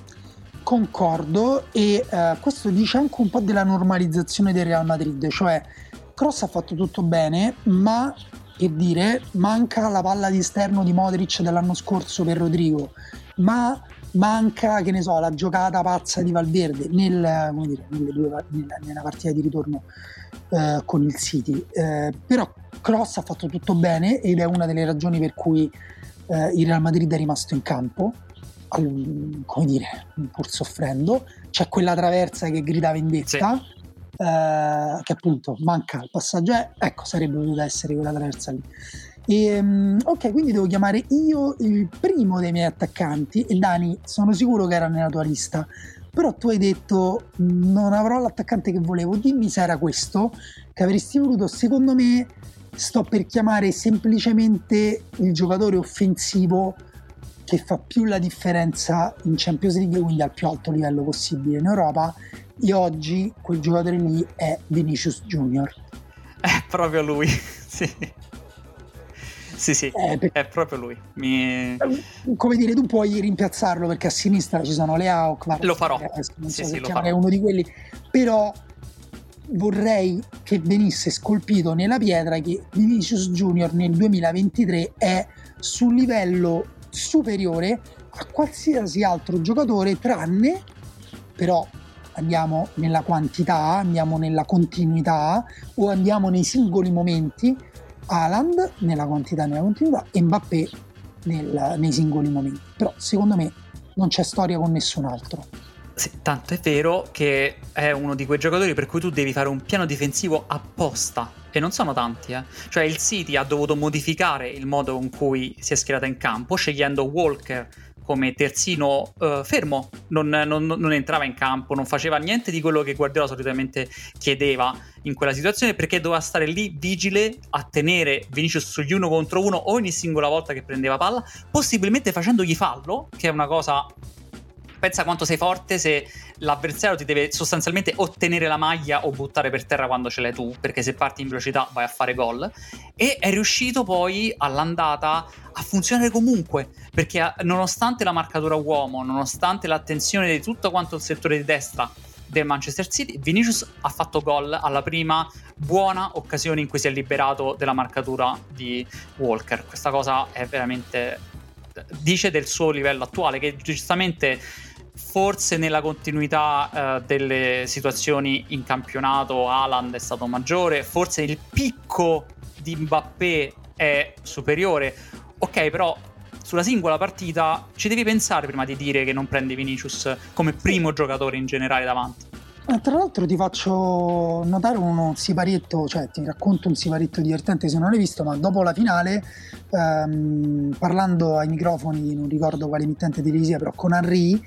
Concordo, e eh, questo dice anche un po' della normalizzazione del Real Madrid, cioè Kroos ha fatto tutto bene, ma per dire manca la palla di esterno di Modric dell'anno scorso per Rodrigo, ma manca, che ne so, la giocata pazza di Valverde nel, come dire, nelle due, nella, nella partita di ritorno eh, con il City, eh, però Kroos ha fatto tutto bene ed è una delle ragioni per cui eh, il Real Madrid è rimasto in campo, al, come dire, pur soffrendo. C'è quella traversa che grida vendetta, sì. eh, che appunto manca il passaggio, eh, ecco, sarebbe dovuta essere quella traversa lì. E, ok, quindi devo chiamare io il primo dei miei attaccanti, e Dani, sono sicuro che era nella tua lista, però tu hai detto non avrò l'attaccante che volevo, dimmi se era questo che avresti voluto. Secondo me sto per chiamare semplicemente il giocatore offensivo che fa più la differenza in Champions League, quindi al più alto livello possibile in Europa, e oggi quel giocatore lì è Vinicius Junior. È proprio lui, sì. Sì, sì, eh, per... è proprio lui. Mi... Come dire, tu puoi rimpiazzarlo perché a sinistra ci sono le A O C, lo farò. Non sì, so sì, se lo farò. farò. È uno di quelli, però vorrei che venisse scolpito nella pietra che Vinicius Junior nel duemilaventitré è sul livello superiore a qualsiasi altro giocatore, tranne, però andiamo nella quantità, andiamo nella continuità o andiamo nei singoli momenti, Haaland nella quantità e nella continuità e Mbappé nel, nei singoli momenti, però secondo me non c'è storia con nessun altro. Sì, tanto è vero che è uno di quei giocatori per cui tu devi fare un piano difensivo apposta, e non sono tanti, eh. Cioè il City ha dovuto modificare il modo con cui si è schierata in campo, scegliendo Walker come terzino uh, fermo, non, non, non entrava in campo, non faceva niente di quello che Guardiola solitamente chiedeva in quella situazione, perché doveva stare lì vigile a tenere Vinicius sugli uno contro uno ogni singola volta che prendeva palla, possibilmente facendogli fallo, che è una cosa pensa quanto sei forte se l'avversario ti deve sostanzialmente ottenere la maglia o buttare per terra quando ce l'hai tu, perché se parti in velocità vai a fare gol. E è riuscito poi all'andata a funzionare comunque, perché nonostante la marcatura uomo, nonostante l'attenzione di tutto quanto il settore di destra del Manchester City, Vinicius ha fatto gol alla prima buona occasione in cui si è liberato della marcatura di Walker. Questa cosa è veramente, dice del suo livello attuale, che giustamente forse nella continuità eh, delle situazioni in campionato Haaland è stato maggiore, forse il picco di Mbappé è superiore, ok, però sulla singola partita ci devi pensare prima di dire che non prendi Vinicius come primo giocatore in generale davanti. Eh, tra l'altro ti faccio notare uno siparietto, cioè ti racconto un siparietto divertente se non l'hai visto, ma dopo la finale, ehm, parlando ai microfoni, non ricordo quale emittente televisiva, però con Henry,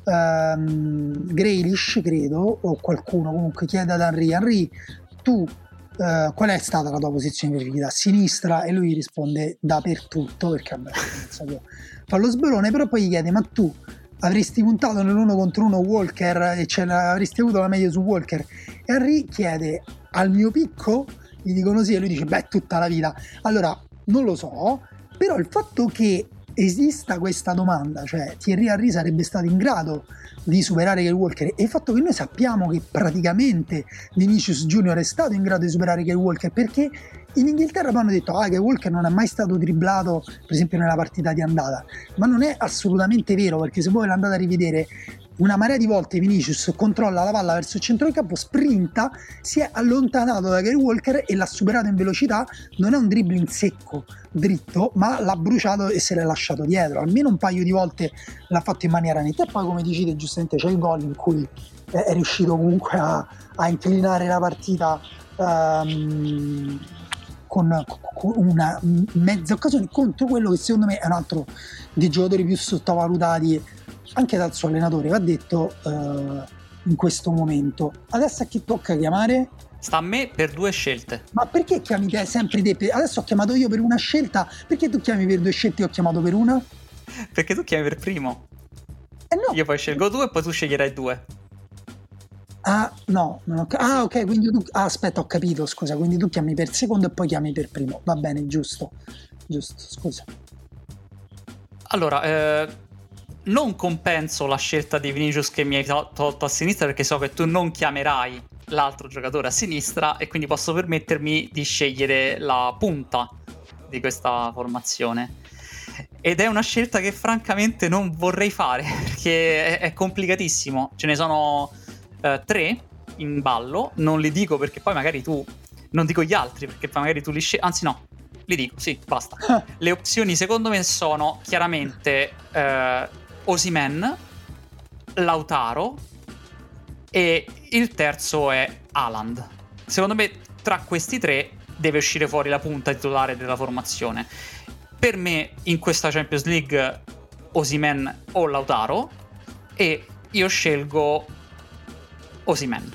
ehm, Grealish credo, o qualcuno comunque chiede ad Henry, Henry, tu Uh, qual è stata la tua posizione preferita? A sinistra? E lui risponde dappertutto, perché vabbè, fa lo sbolone, però poi gli chiede: ma tu avresti puntato nell'uno contro uno Walker e ce avresti avuto la meglio su Walker? E Henry chiede: al mio picco? Gli dicono sì, e lui dice: beh, tutta la vita. Allora, non lo so, però il fatto che esista questa domanda, cioè Thierry Henry sarebbe stato in grado di superare Kyle Walker, e il fatto che noi sappiamo che praticamente Vinicius Junior è stato in grado di superare Kyle Walker, perché in Inghilterra poi hanno detto ah, Kyle Walker non è mai stato dribblato per esempio nella partita di andata, ma non è assolutamente vero, perché se voi l'andate a rivedere una marea di volte Vinicius controlla la palla verso il centro del campo, sprinta, si è allontanato da Kyle Walker e l'ha superato in velocità. Non è un dribbling secco, dritto, ma l'ha bruciato e se l'è lasciato dietro. Almeno un paio di volte l'ha fatto in maniera netta. E poi, come dicete giustamente, c'è il gol in cui è riuscito comunque a, a inclinare la partita um, con, con una mezza occasione contro quello che secondo me è un altro dei giocatori più sottovalutati anche dal suo allenatore, va detto uh, in questo momento. Adesso a chi tocca chiamare? Sta a me per due scelte. Ma perché chiami te sempre te? Adesso ho chiamato io per una scelta, perché tu chiami per due scelte e ho chiamato per una? Perché tu chiami per primo. Eh no. Io poi scelgo due e poi tu sceglierai due. Ah no, non ho... ah ok, quindi tu... ah, aspetta, ho capito, scusa, quindi tu chiami per secondo e poi chiami per primo. Va bene, giusto, giusto, scusa. Allora, eh... non compenso la scelta di Vinicius che mi hai to- tolto a sinistra, perché so che tu non chiamerai l'altro giocatore a sinistra e quindi posso permettermi di scegliere la punta di questa formazione. Ed è una scelta che francamente non vorrei fare, perché è, è complicatissimo. Ce ne sono uh, tre in ballo, non li dico perché poi magari tu... non dico gli altri perché poi magari tu li scegli, anzi no, li dico, sì, basta. Le opzioni secondo me sono chiaramente... Uh, Osimhen, Lautaro e il terzo è Haaland. Secondo me tra questi tre deve uscire fuori la punta titolare della formazione. Per me in questa Champions League Osimhen o Lautaro, e io scelgo Osimhen.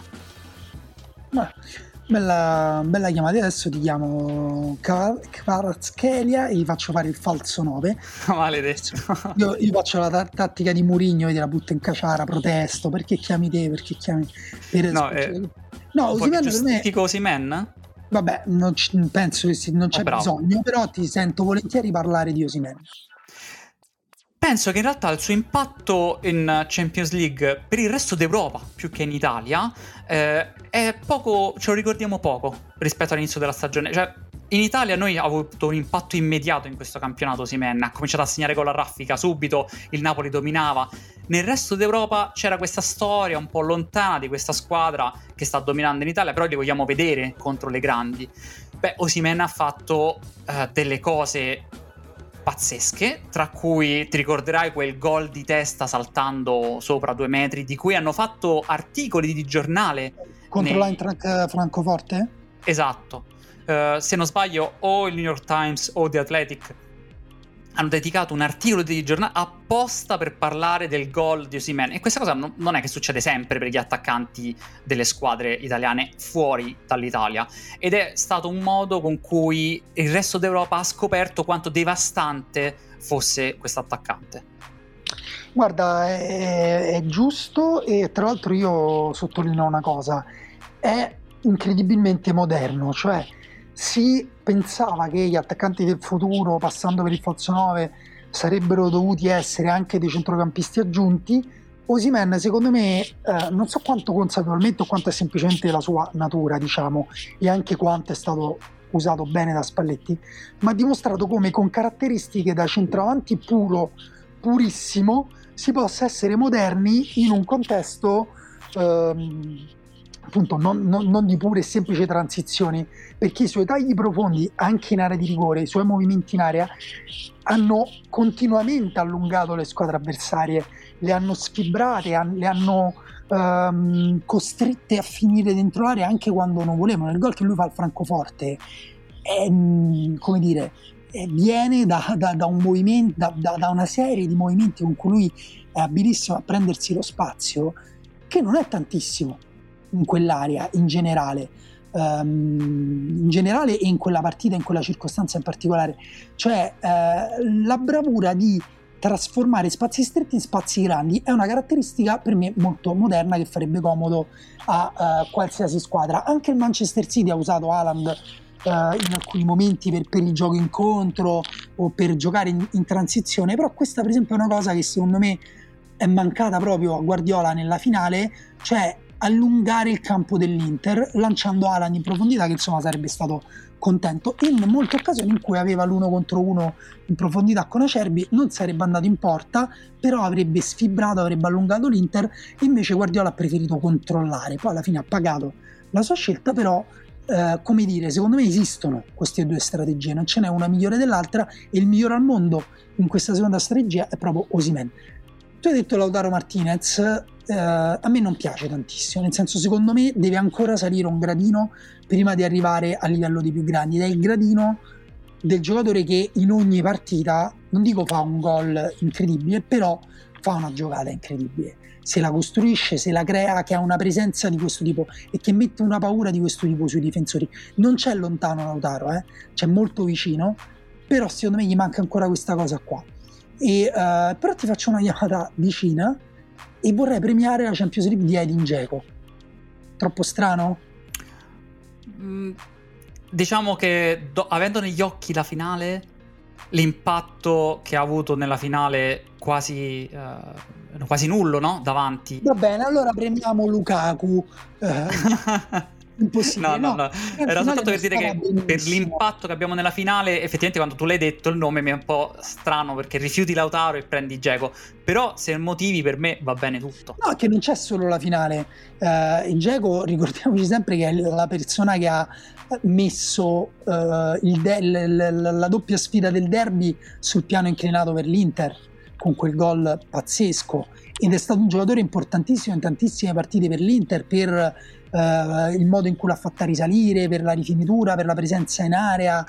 Ma bella, bella chiamata. Adesso ti chiamo Kvaratskhelia e gli faccio fare il falso nove. Maledetto. Io, io faccio la t- tattica di Mourinho e te la butto in caciara, protesto. Perché chiami te? Perché chiami per no, eh, no, Osimhen per me giustifico Osimhen? Vabbè, non c- penso che si, non c'è oh, bisogno, però ti sento volentieri parlare di Osimhen. Penso che in realtà il suo impatto in Champions League per il resto d'Europa, più che in Italia, eh, è poco, ce lo ricordiamo poco rispetto all'inizio della stagione. Cioè, in Italia noi abbiamo avuto un impatto immediato in questo campionato. Osimhen ha cominciato a segnare gol a raffica subito, il Napoli dominava. Nel resto d'Europa c'era questa storia un po' lontana di questa squadra che sta dominando in Italia, però li vogliamo vedere contro le grandi. Beh, Osimhen ha fatto eh, delle cose pazzesche, tra cui ti ricorderai quel gol di testa saltando sopra due metri, di cui hanno fatto articoli di giornale contro nei... l'Eintracht Francoforte? Esatto, uh, se non sbaglio o il New York Times o The Athletic hanno dedicato un articolo di giornale apposta per parlare del gol di Osimhen, e questa cosa no, non è che succede sempre per gli attaccanti delle squadre italiane fuori dall'Italia, ed è stato un modo con cui il resto d'Europa ha scoperto quanto devastante fosse questo attaccante. Guarda, è, è giusto, e tra l'altro io sottolineo una cosa, è incredibilmente moderno, cioè si pensava che gli attaccanti del futuro, passando per il falso nove, sarebbero dovuti essere anche dei centrocampisti aggiunti. Osimhen, secondo me, eh, non so quanto consapevolmente o quanto è semplicemente la sua natura, diciamo, e anche quanto è stato usato bene da Spalletti, ma ha dimostrato come con caratteristiche da centravanti puro, purissimo, si possa essere moderni in un contesto ehm, appunto non, non, non di pure e semplici transizioni, perché i suoi tagli profondi anche in area di rigore, i suoi movimenti in area hanno continuamente allungato le squadre avversarie, le hanno sfibrate, han, le hanno ehm, costrette a finire dentro l'area anche quando non volevano. Il gol che lui fa al Francoforte è, come dire, viene da, da, da un movimento, da, da, da una serie di movimenti con cui lui è abilissimo a prendersi lo spazio, che non è tantissimo in quell'area in generale, um, in generale e in quella partita, in quella circostanza in particolare, cioè uh, la bravura di trasformare spazi stretti in spazi grandi è una caratteristica per me molto moderna, che farebbe comodo a uh, qualsiasi squadra. Anche il Manchester City ha usato Haaland Uh, in alcuni momenti per, per il gioco incontro o per giocare in, in transizione, però questa per esempio è una cosa che secondo me è mancata proprio a Guardiola nella finale, cioè allungare il campo dell'Inter lanciando Haaland in profondità, che insomma sarebbe stato contento. In molte occasioni in cui aveva l'uno contro uno in profondità con Acerbi non sarebbe andato in porta, però avrebbe sfibrato, avrebbe allungato l'Inter, e invece Guardiola ha preferito controllare. Poi alla fine ha pagato la sua scelta, però Uh, come dire, secondo me esistono queste due strategie, non ce n'è una migliore dell'altra, e il migliore al mondo in questa seconda strategia è proprio Osimhen. Tu hai detto Lautaro Martinez, uh, a me non piace tantissimo, nel senso, secondo me deve ancora salire un gradino prima di arrivare a livello dei più grandi, ed è il gradino del giocatore che in ogni partita, non dico fa un gol incredibile, però fa una giocata incredibile, se la costruisce, se la crea, che ha una presenza di questo tipo e che mette una paura di questo tipo sui difensori. Non c'è lontano Lautaro, eh? C'è molto vicino, però secondo me gli manca ancora questa cosa qua. E, uh, però ti faccio una chiamata vicina e vorrei premiare la Champions League di Edin Dzeko. Troppo strano? Mm, diciamo che do, avendo negli occhi la finale, l'impatto che ha avuto nella finale quasi uh, quasi nullo, no? Davanti. Va bene, allora premiamo Lukaku. Eh, impossibile. No, no, no. Era soltanto per dire che benissimo. Per l'impatto che abbiamo nella finale, effettivamente quando tu l'hai detto il nome mi è un po' strano, perché rifiuti Lautaro e prendi Dzeko, però se motivi per me va bene tutto. No, che non c'è solo la finale. Uh, Dzeko, ricordiamoci sempre che è la persona che ha messo uh, il de- l- l- la doppia sfida del derby sul piano inclinato per l'Inter, con quel gol pazzesco, ed è stato un giocatore importantissimo in tantissime partite per l'Inter, per uh, il modo in cui l'ha fatta risalire, per la rifinitura, per la presenza in area.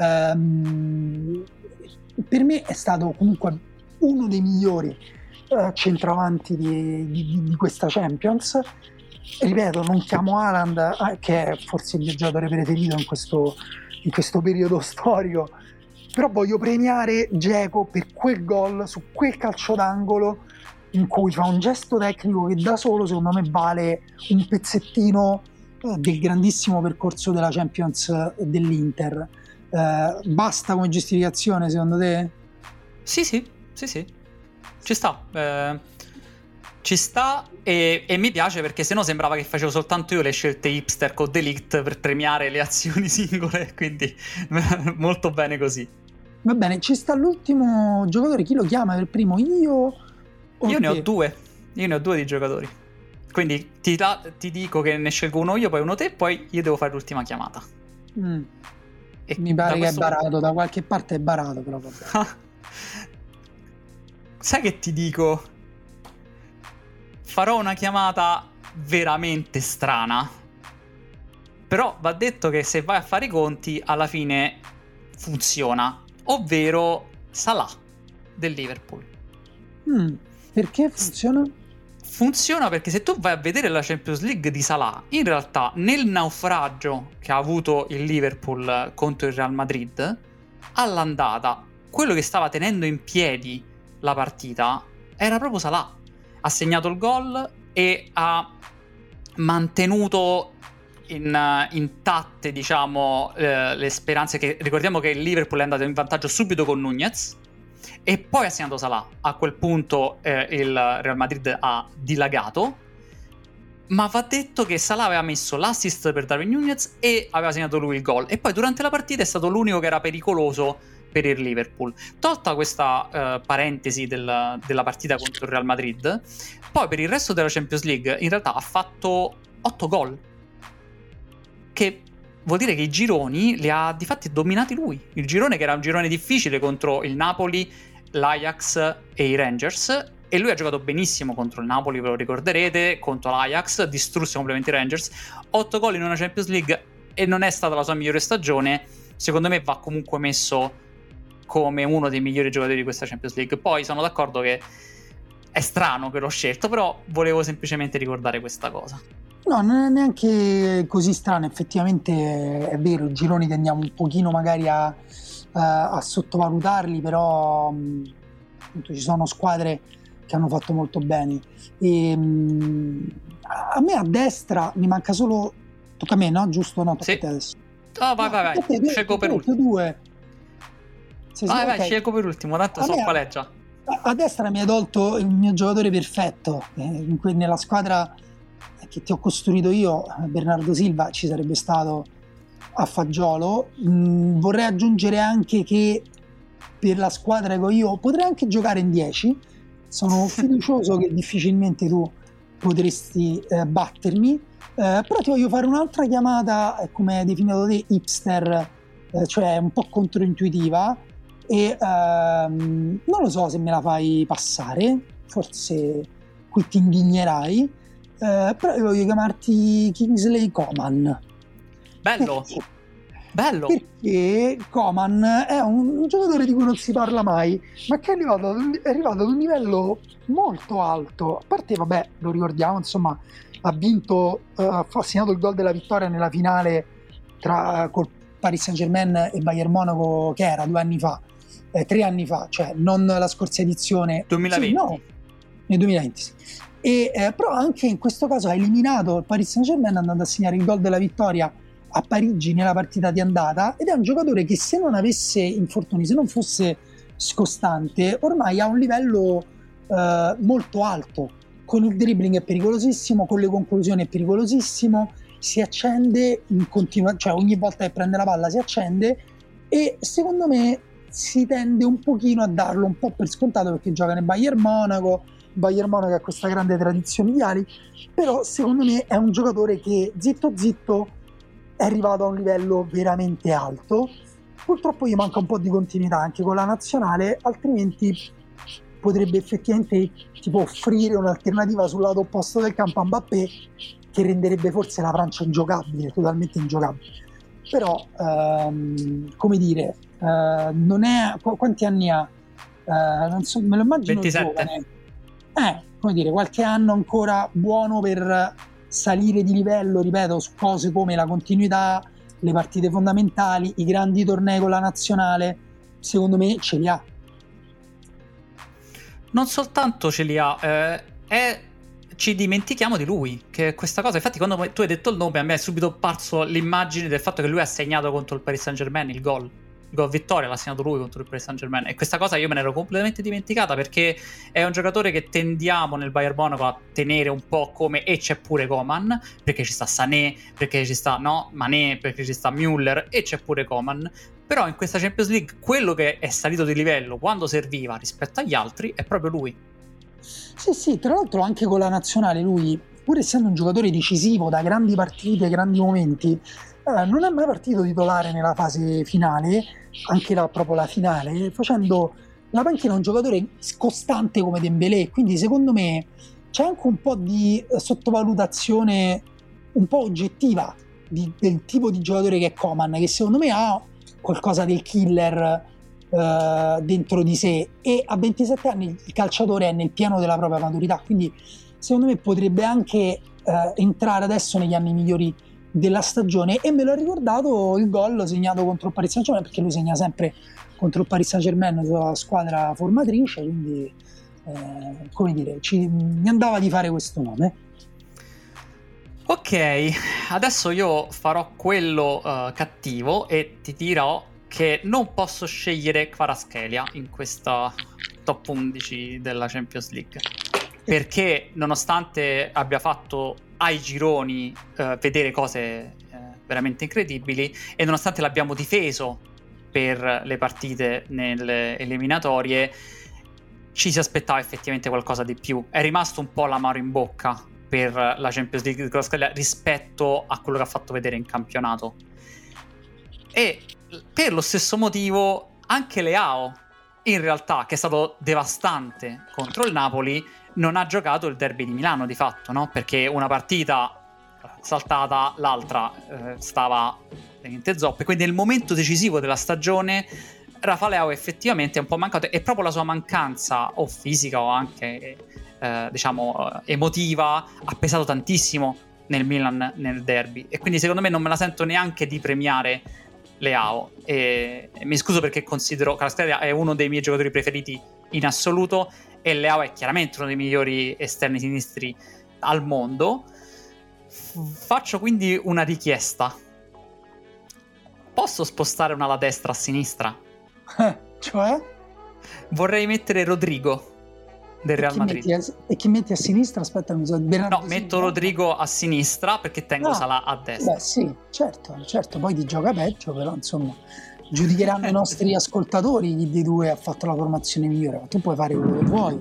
Um, per me è stato comunque uno dei migliori uh, centravanti di, di, di questa Champions. Ripeto, non chiamo Haaland, eh, che è forse il mio giocatore preferito in questo, in questo periodo storico, però voglio premiare Dzeko per quel gol su quel calcio d'angolo in cui fa un gesto tecnico che da solo secondo me vale un pezzettino eh, del grandissimo percorso della Champions dell'Inter. Eh, basta come giustificazione secondo te? Sì, sì, sì, sì, ci sta. Eh... Ci sta e, e mi piace, perché sennò sembrava che facevo soltanto io le scelte hipster con De Ligt per premiare le azioni singole, quindi molto bene così. Va bene, ci sta l'ultimo giocatore, chi lo chiama per primo? Io o Io te? ne ho due, io ne ho due di giocatori, quindi ti, da, ti dico che ne scelgo uno io, poi uno te, poi io devo fare l'ultima chiamata. Mm. E Mi pare che questo... è barato, da qualche parte è barato, però vabbè. Sai che ti dico? Farò una chiamata veramente strana, però va detto che se vai a fare i conti alla fine funziona, ovvero Salah del Liverpool. Mm, perché funziona? Funziona perché se tu vai a vedere la Champions League di Salah, in realtà nel naufragio che ha avuto il Liverpool contro il Real Madrid, all'andata quello che stava tenendo in piedi la partita era proprio Salah. Ha segnato il gol e ha mantenuto in, uh, intatte, diciamo, eh, le speranze, che ricordiamo che il Liverpool è andato in vantaggio subito con Nunez e poi ha segnato Salah. A quel punto eh, il Real Madrid ha dilagato, ma va detto che Salah aveva messo l'assist per Darwin Nunez e aveva segnato lui il gol, e poi durante la partita è stato l'unico che era pericoloso per il Liverpool. Tolta questa uh, parentesi del, della partita contro il Real Madrid, poi per il resto della Champions League in realtà ha fatto otto gol, che vuol dire che i gironi li ha di fatti dominati lui. Il girone, che era un girone difficile contro il Napoli, l'Ajax e i Rangers, e lui ha giocato benissimo contro il Napoli, ve lo ricorderete, contro l'Ajax distrusse completamente i Rangers. Otto gol in una Champions League, e non è stata la sua migliore stagione. Secondo me va comunque messo come uno dei migliori giocatori di questa Champions League. Poi sono d'accordo che è strano che l'ho scelto, però volevo semplicemente ricordare questa cosa. No, non è neanche così strano, effettivamente è vero, i gironi tendiamo un pochino magari a, a, a sottovalutarli, però mh, appunto, ci sono squadre che hanno fatto molto bene. E, mh, a me a destra mi manca solo, tocca a me, no? Giusto? No, tocca sì. a te adesso. Oh, vai, vai, vai, vai. Scelgo per ultimo. Due. Sì, vai, vai, okay. Scelgo per ultimo, tanto so qual è già. A destra mi hai tolto il mio giocatore perfetto, in cui nella squadra che ti ho costruito io, Bernardo Silva, ci sarebbe stato a fagiolo. Mm, vorrei aggiungere anche che per la squadra che ho io potrei anche giocare in dieci. Sono fiducioso che difficilmente tu potresti eh, battermi, eh, però ti voglio fare un'altra chiamata, eh, come hai definito te, hipster, eh, cioè un po' controintuitiva, e ehm, non lo so se me la fai passare, forse qui ti indignerai, eh, però io voglio chiamarti Kingsley Coman. Bello, perché? Bello. Perché Coman è un, un giocatore di cui non si parla mai, ma che è arrivato, è arrivato ad un livello molto alto. A parte, vabbè, lo ricordiamo, insomma, ha vinto, uh, ha segnato il gol della vittoria nella finale tra col Paris Saint-Germain e Bayern Monaco, che era due anni fa, eh, tre anni fa, cioè non la scorsa edizione, duemilaventi. Sì, no, nel duemilaventi, sì. E, eh, però anche in questo caso ha eliminato il Paris Saint-Germain andando a segnare il gol della vittoria a Parigi nella partita di andata, ed è un giocatore che, se non avesse infortuni, se non fosse scostante, ormai ha un livello eh, molto alto. Con il dribbling è pericolosissimo, con le conclusioni è pericolosissimo, si accende in continua, cioè ogni volta che prende la palla si accende, e secondo me si tende un pochino a darlo un po' per scontato perché gioca nel Bayern Monaco. Bayern Monaco ha questa grande tradizione di ali, però secondo me è un giocatore che zitto zitto è arrivato a un livello veramente alto. Purtroppo gli manca un po' di continuità anche con la nazionale, altrimenti potrebbe effettivamente tipo offrire un'alternativa sul lato opposto del campo a Mbappé, che renderebbe forse la Francia ingiocabile, totalmente ingiocabile. Però ehm, come dire, eh, non è, quanti anni ha? Eh, non so, me lo immagino ventisette. giovane. Eh, come dire, qualche anno ancora buono per salire di livello, ripeto, su cose come la continuità, le partite fondamentali, i grandi tornei con la nazionale. Secondo me ce li ha. Non soltanto ce li ha, eh, è, ci dimentichiamo di lui, che questa cosa, infatti quando tu hai detto il nome a me è subito parso l'immagine del fatto che lui ha segnato contro il Paris Saint-Germain il gol. Il gol vittoria l'ha segnato lui contro il Paris Saint-Germain, e questa cosa io me ne ero completamente dimenticata, perché è un giocatore che tendiamo nel Bayern Monaco a tenere un po' come, e c'è pure Coman, perché ci sta Sané, perché ci sta no Mané, perché ci sta Müller, e c'è pure Coman. Però in questa Champions League quello che è salito di livello quando serviva rispetto agli altri è proprio lui. Sì, sì, tra l'altro anche con la nazionale lui, pur essendo un giocatore decisivo da grandi partite, grandi momenti, eh, non è mai partito titolare nella fase finale, anche la, proprio la finale, facendo la panchina un giocatore costante come Dembélé. Quindi secondo me c'è anche un po' di sottovalutazione un po' oggettiva di, del tipo di giocatore che è Coman, che secondo me ha qualcosa del killer uh, dentro di sé, e a ventisette anni il calciatore è nel pieno della propria maturità, quindi secondo me potrebbe anche uh, entrare adesso negli anni migliori della stagione. E me l'ho ricordato il gol segnato contro il Paris Saint-Germain, perché lui segna sempre contro il Paris Saint-Germain, la sua squadra formatrice, quindi eh, come dire, ci, mi andava di fare questo nome. Ok, adesso io farò quello uh, cattivo e ti dirò che non posso scegliere Kvaratskhelia in questa top undici della Champions League, perché nonostante abbia fatto ai gironi uh, vedere cose uh, veramente incredibili, e nonostante l'abbiamo difeso per le partite nelle eliminatorie, ci si aspettava effettivamente qualcosa di più. È rimasto un po' l'amaro in bocca per la Champions League di Kvaratskhelia rispetto a quello che ha fatto vedere in campionato. E per lo stesso motivo anche Leao, in realtà, che è stato devastante contro il Napoli, non ha giocato il derby di Milano di fatto, no? Perché una partita saltata, l'altra eh, stava veramente zoppe. Quindi nel momento decisivo della stagione Rafa Leao effettivamente è un po' mancato, e proprio la sua mancanza, o fisica o anche eh, diciamo emotiva, ha pesato tantissimo nel Milan nel derby, e quindi secondo me non me la sento neanche di premiare Leao. E, e mi scuso perché considero Kvaratskhelia è uno dei miei giocatori preferiti in assoluto, e Leao è chiaramente uno dei migliori esterni sinistri al mondo. F- faccio quindi una richiesta: posso spostare una alla destra a sinistra? Cioè? Vorrei mettere Rodrigo del Real Madrid. A, e chi metti a sinistra? Aspetta, mi so, Bernardo no, metto Rodrigo a sinistra perché tengo ah, Salah a destra. Beh sì, certo, certo, poi ti gioca peggio, però insomma giudicheranno i nostri ascoltatori chi dei due ha fatto la formazione migliore, ma tu puoi fare quello che vuoi.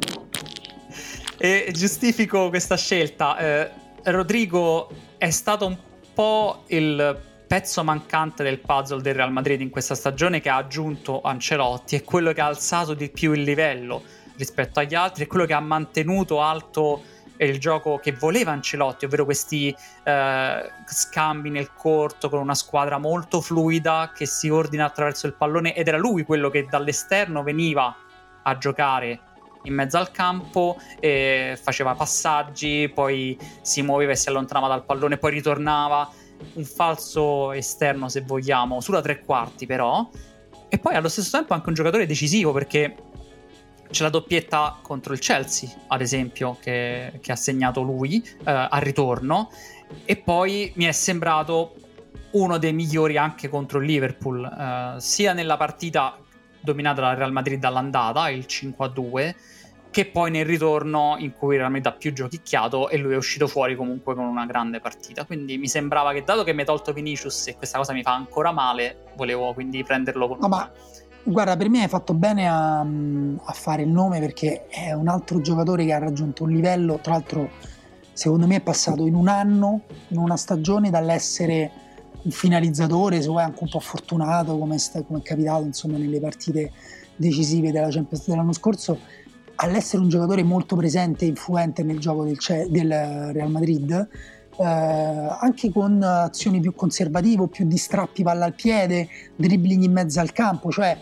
E giustifico questa scelta. eh, Rodrigo è stato un po' il pezzo mancante del puzzle del Real Madrid in questa stagione, che ha aggiunto Ancelotti, è quello che ha alzato di più il livello rispetto agli altri, è quello che ha mantenuto alto il gioco che voleva Ancelotti, ovvero questi eh, scambi nel corto con una squadra molto fluida che si ordina attraverso il pallone, ed era lui quello che dall'esterno veniva a giocare in mezzo al campo, e faceva passaggi, poi si muoveva e si allontanava dal pallone, poi ritornava, un falso esterno se vogliamo, sulla tre quarti però, e poi allo stesso tempo anche un giocatore decisivo, perché c'è la doppietta contro il Chelsea ad esempio che, che ha segnato lui eh, al ritorno, e poi mi è sembrato uno dei migliori anche contro il Liverpool, eh, sia nella partita dominata dal Real Madrid all'andata, il cinque a due, che poi nel ritorno in cui il Real Madrid ha più giochicchiato e lui è uscito fuori comunque con una grande partita. Quindi mi sembrava che, dato che mi hai tolto Vinicius e questa cosa mi fa ancora male, volevo quindi prenderlo con no, ma guarda, per me hai fatto bene a, a fare il nome, perché è un altro giocatore che ha raggiunto un livello, tra l'altro secondo me è passato in un anno, in una stagione, dall'essere un finalizzatore, se vuoi anche un po' fortunato come, sta, come è capitato insomma nelle partite decisive della Champions dell'anno scorso, all'essere un giocatore molto presente e influente nel gioco del, del Real Madrid, eh, anche con azioni più conservative, più di strappi palla al piede, dribbling in mezzo al campo, cioè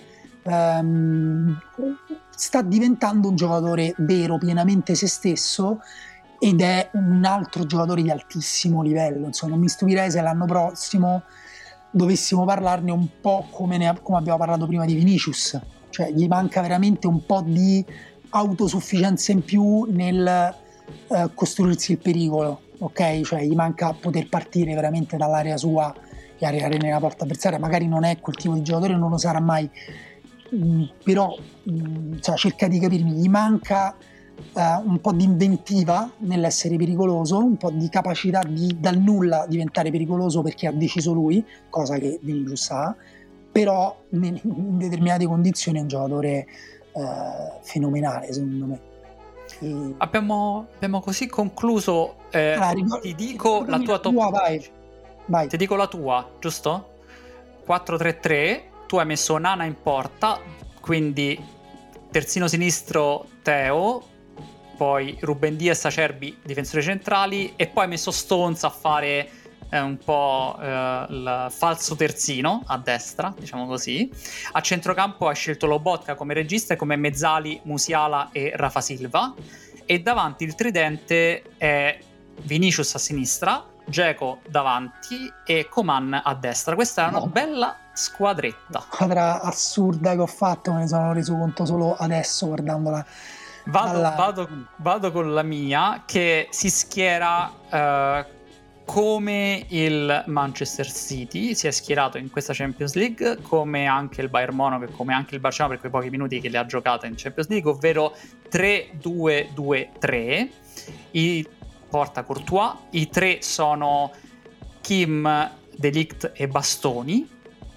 ehm, sta diventando un giocatore vero, pienamente se stesso, ed è un altro giocatore di altissimo livello. Insomma, non mi stupirei se l'anno prossimo dovessimo parlarne un po' come, ne, come abbiamo parlato prima di Vinicius, cioè gli manca veramente un po' di autosufficienza in più nel eh, costruirsi il pericolo, ok? Cioè gli manca poter partire veramente dall'area sua e arrivare nella porta avversaria. Magari non è quel tipo di giocatore, non lo sarà mai, mh, però mh, cioè, cerca di capirmi, gli manca eh, un po' di inventiva nell'essere pericoloso, un po' di capacità di dal nulla diventare pericoloso perché ha deciso lui, cosa che Vinicius ha, però in, in determinate condizioni è un giocatore Uh, fenomenale secondo me. E... Abbiamo, abbiamo così concluso. Eh, allora, ricordo, ti dico la tua top. Tua, vai. Vai. Ti dico la tua, giusto? quattro tre tre. Tu hai messo Nana in porta, quindi terzino sinistro Teo, poi Ruben Dias, Acerbi difensori centrali, e poi hai messo Stones a fare è un po' eh, il falso terzino a destra, diciamo così. A centrocampo ha scelto Lobotka come regista e come mezzali Musiala e Rafa Silva, e davanti il tridente è Vinicius a sinistra, Dzeko davanti e Coman a destra. Questa è una no. bella squadretta. Squadra assurda che ho fatto, me ne sono reso conto solo adesso guardandola Vado, Alla... vado, vado con la mia, che si schiera uh, come il Manchester City si è schierato in questa Champions League, come anche il Bayern Monaco e come anche il Barcellona per quei pochi minuti che le ha giocate in Champions League, ovvero tre due due tre. I porta Courtois, i tre sono Kim, De Ligt e Bastoni,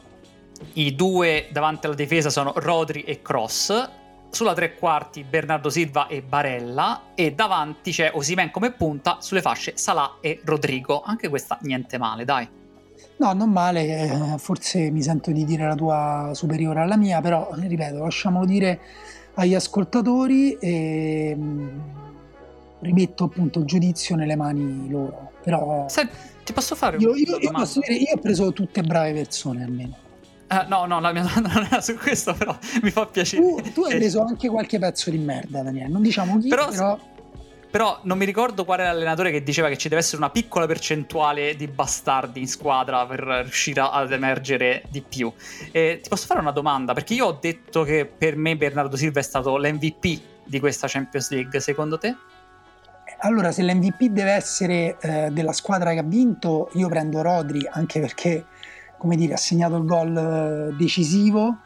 i due davanti alla difesa sono Rodri e Kroos, sulla tre quarti Bernardo Silva e Barella, e davanti c'è Osimhen come punta, sulle fasce Salah e Rodrigo. Anche questa niente male, dai. No, non male, eh, forse mi sento di dire la tua superiore alla mia, però ripeto, lasciamolo dire agli ascoltatori e mh, rimetto appunto il giudizio nelle mani loro. Però Se, ti posso fare io, una io, io, domanda? posso dire, io ho preso tutte brave persone almeno. Uh, no, no, la mia domanda non era su questo, però mi fa piacere. Tu, tu hai preso anche qualche pezzo di merda, Daniele, non diciamo chi, però, però... però non mi ricordo qual era l'allenatore che diceva che ci deve essere una piccola percentuale di bastardi in squadra per riuscire ad emergere di più. E ti posso fare una domanda? Perché io ho detto che per me Bernardo Silva è stato l'M V P di questa Champions League, secondo te? Allora, se l'M V P deve essere eh, della squadra che ha vinto, io prendo Rodri, anche perché, come dire, ha segnato il gol eh, decisivo,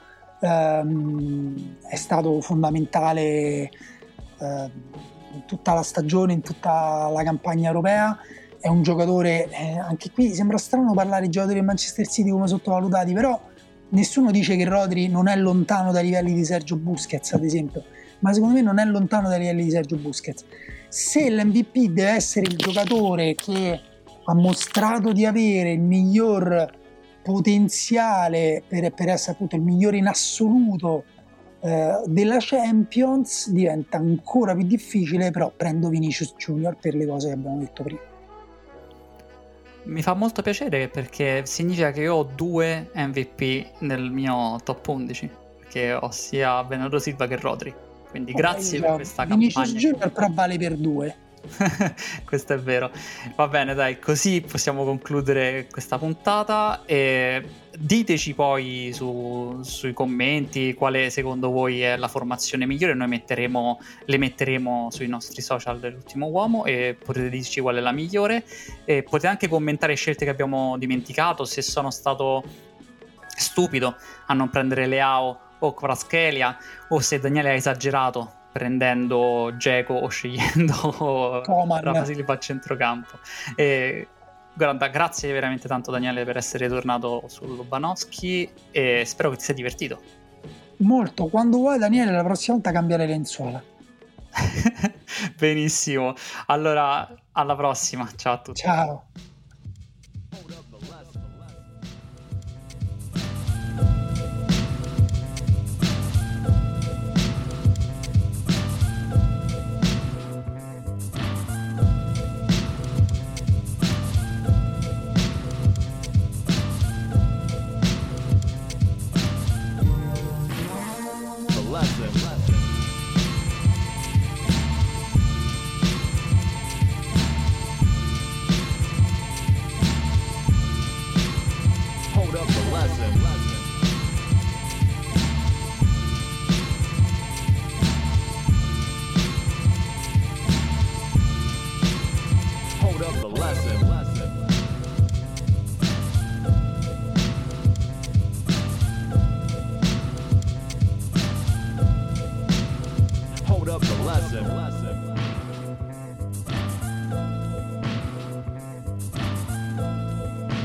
ehm, è stato fondamentale eh, in tutta la stagione, in tutta la campagna europea. È un giocatore, eh, anche qui sembra strano parlare di giocatori del Manchester City come sottovalutati, però nessuno dice che Rodri non è lontano dai livelli di Sergio Busquets, ad esempio, ma secondo me non è lontano dai livelli di Sergio Busquets. Se l'M V P deve essere il giocatore che ha mostrato di avere il miglior potenziale per, per essere appunto il migliore in assoluto eh, della Champions, diventa ancora più difficile, però prendo Vinicius Junior per le cose che abbiamo detto prima. Mi fa molto piacere perché significa che io ho due M V P nel mio top undici, perché ho sia Bernardo Silva che Rodri, quindi grazie oh, per questa Vinicius campagna. Vinicius Junior però vale per due. Questo è vero. Va bene, dai, così possiamo concludere questa puntata e diteci poi su, sui commenti quale secondo voi è la formazione migliore. Noi metteremo, le metteremo sui nostri social dell'Ultimo Uomo e potete dirci qual è la migliore, e potete anche commentare scelte che abbiamo dimenticato, se sono stato stupido a non prendere Leao o Kvaratskhelia, o se Daniele ha esagerato prendendo Dzeko o scegliendo Rafa Silva a centrocampo. E guarda, grazie veramente tanto Daniele per essere tornato su Lobanovskyi e spero che ti sia divertito. Molto, quando vuoi Daniele, la prossima volta cambia le lenzuola. Benissimo, allora alla prossima, ciao a tutti. Ciao.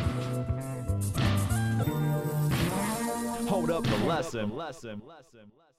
Hold up the lesson.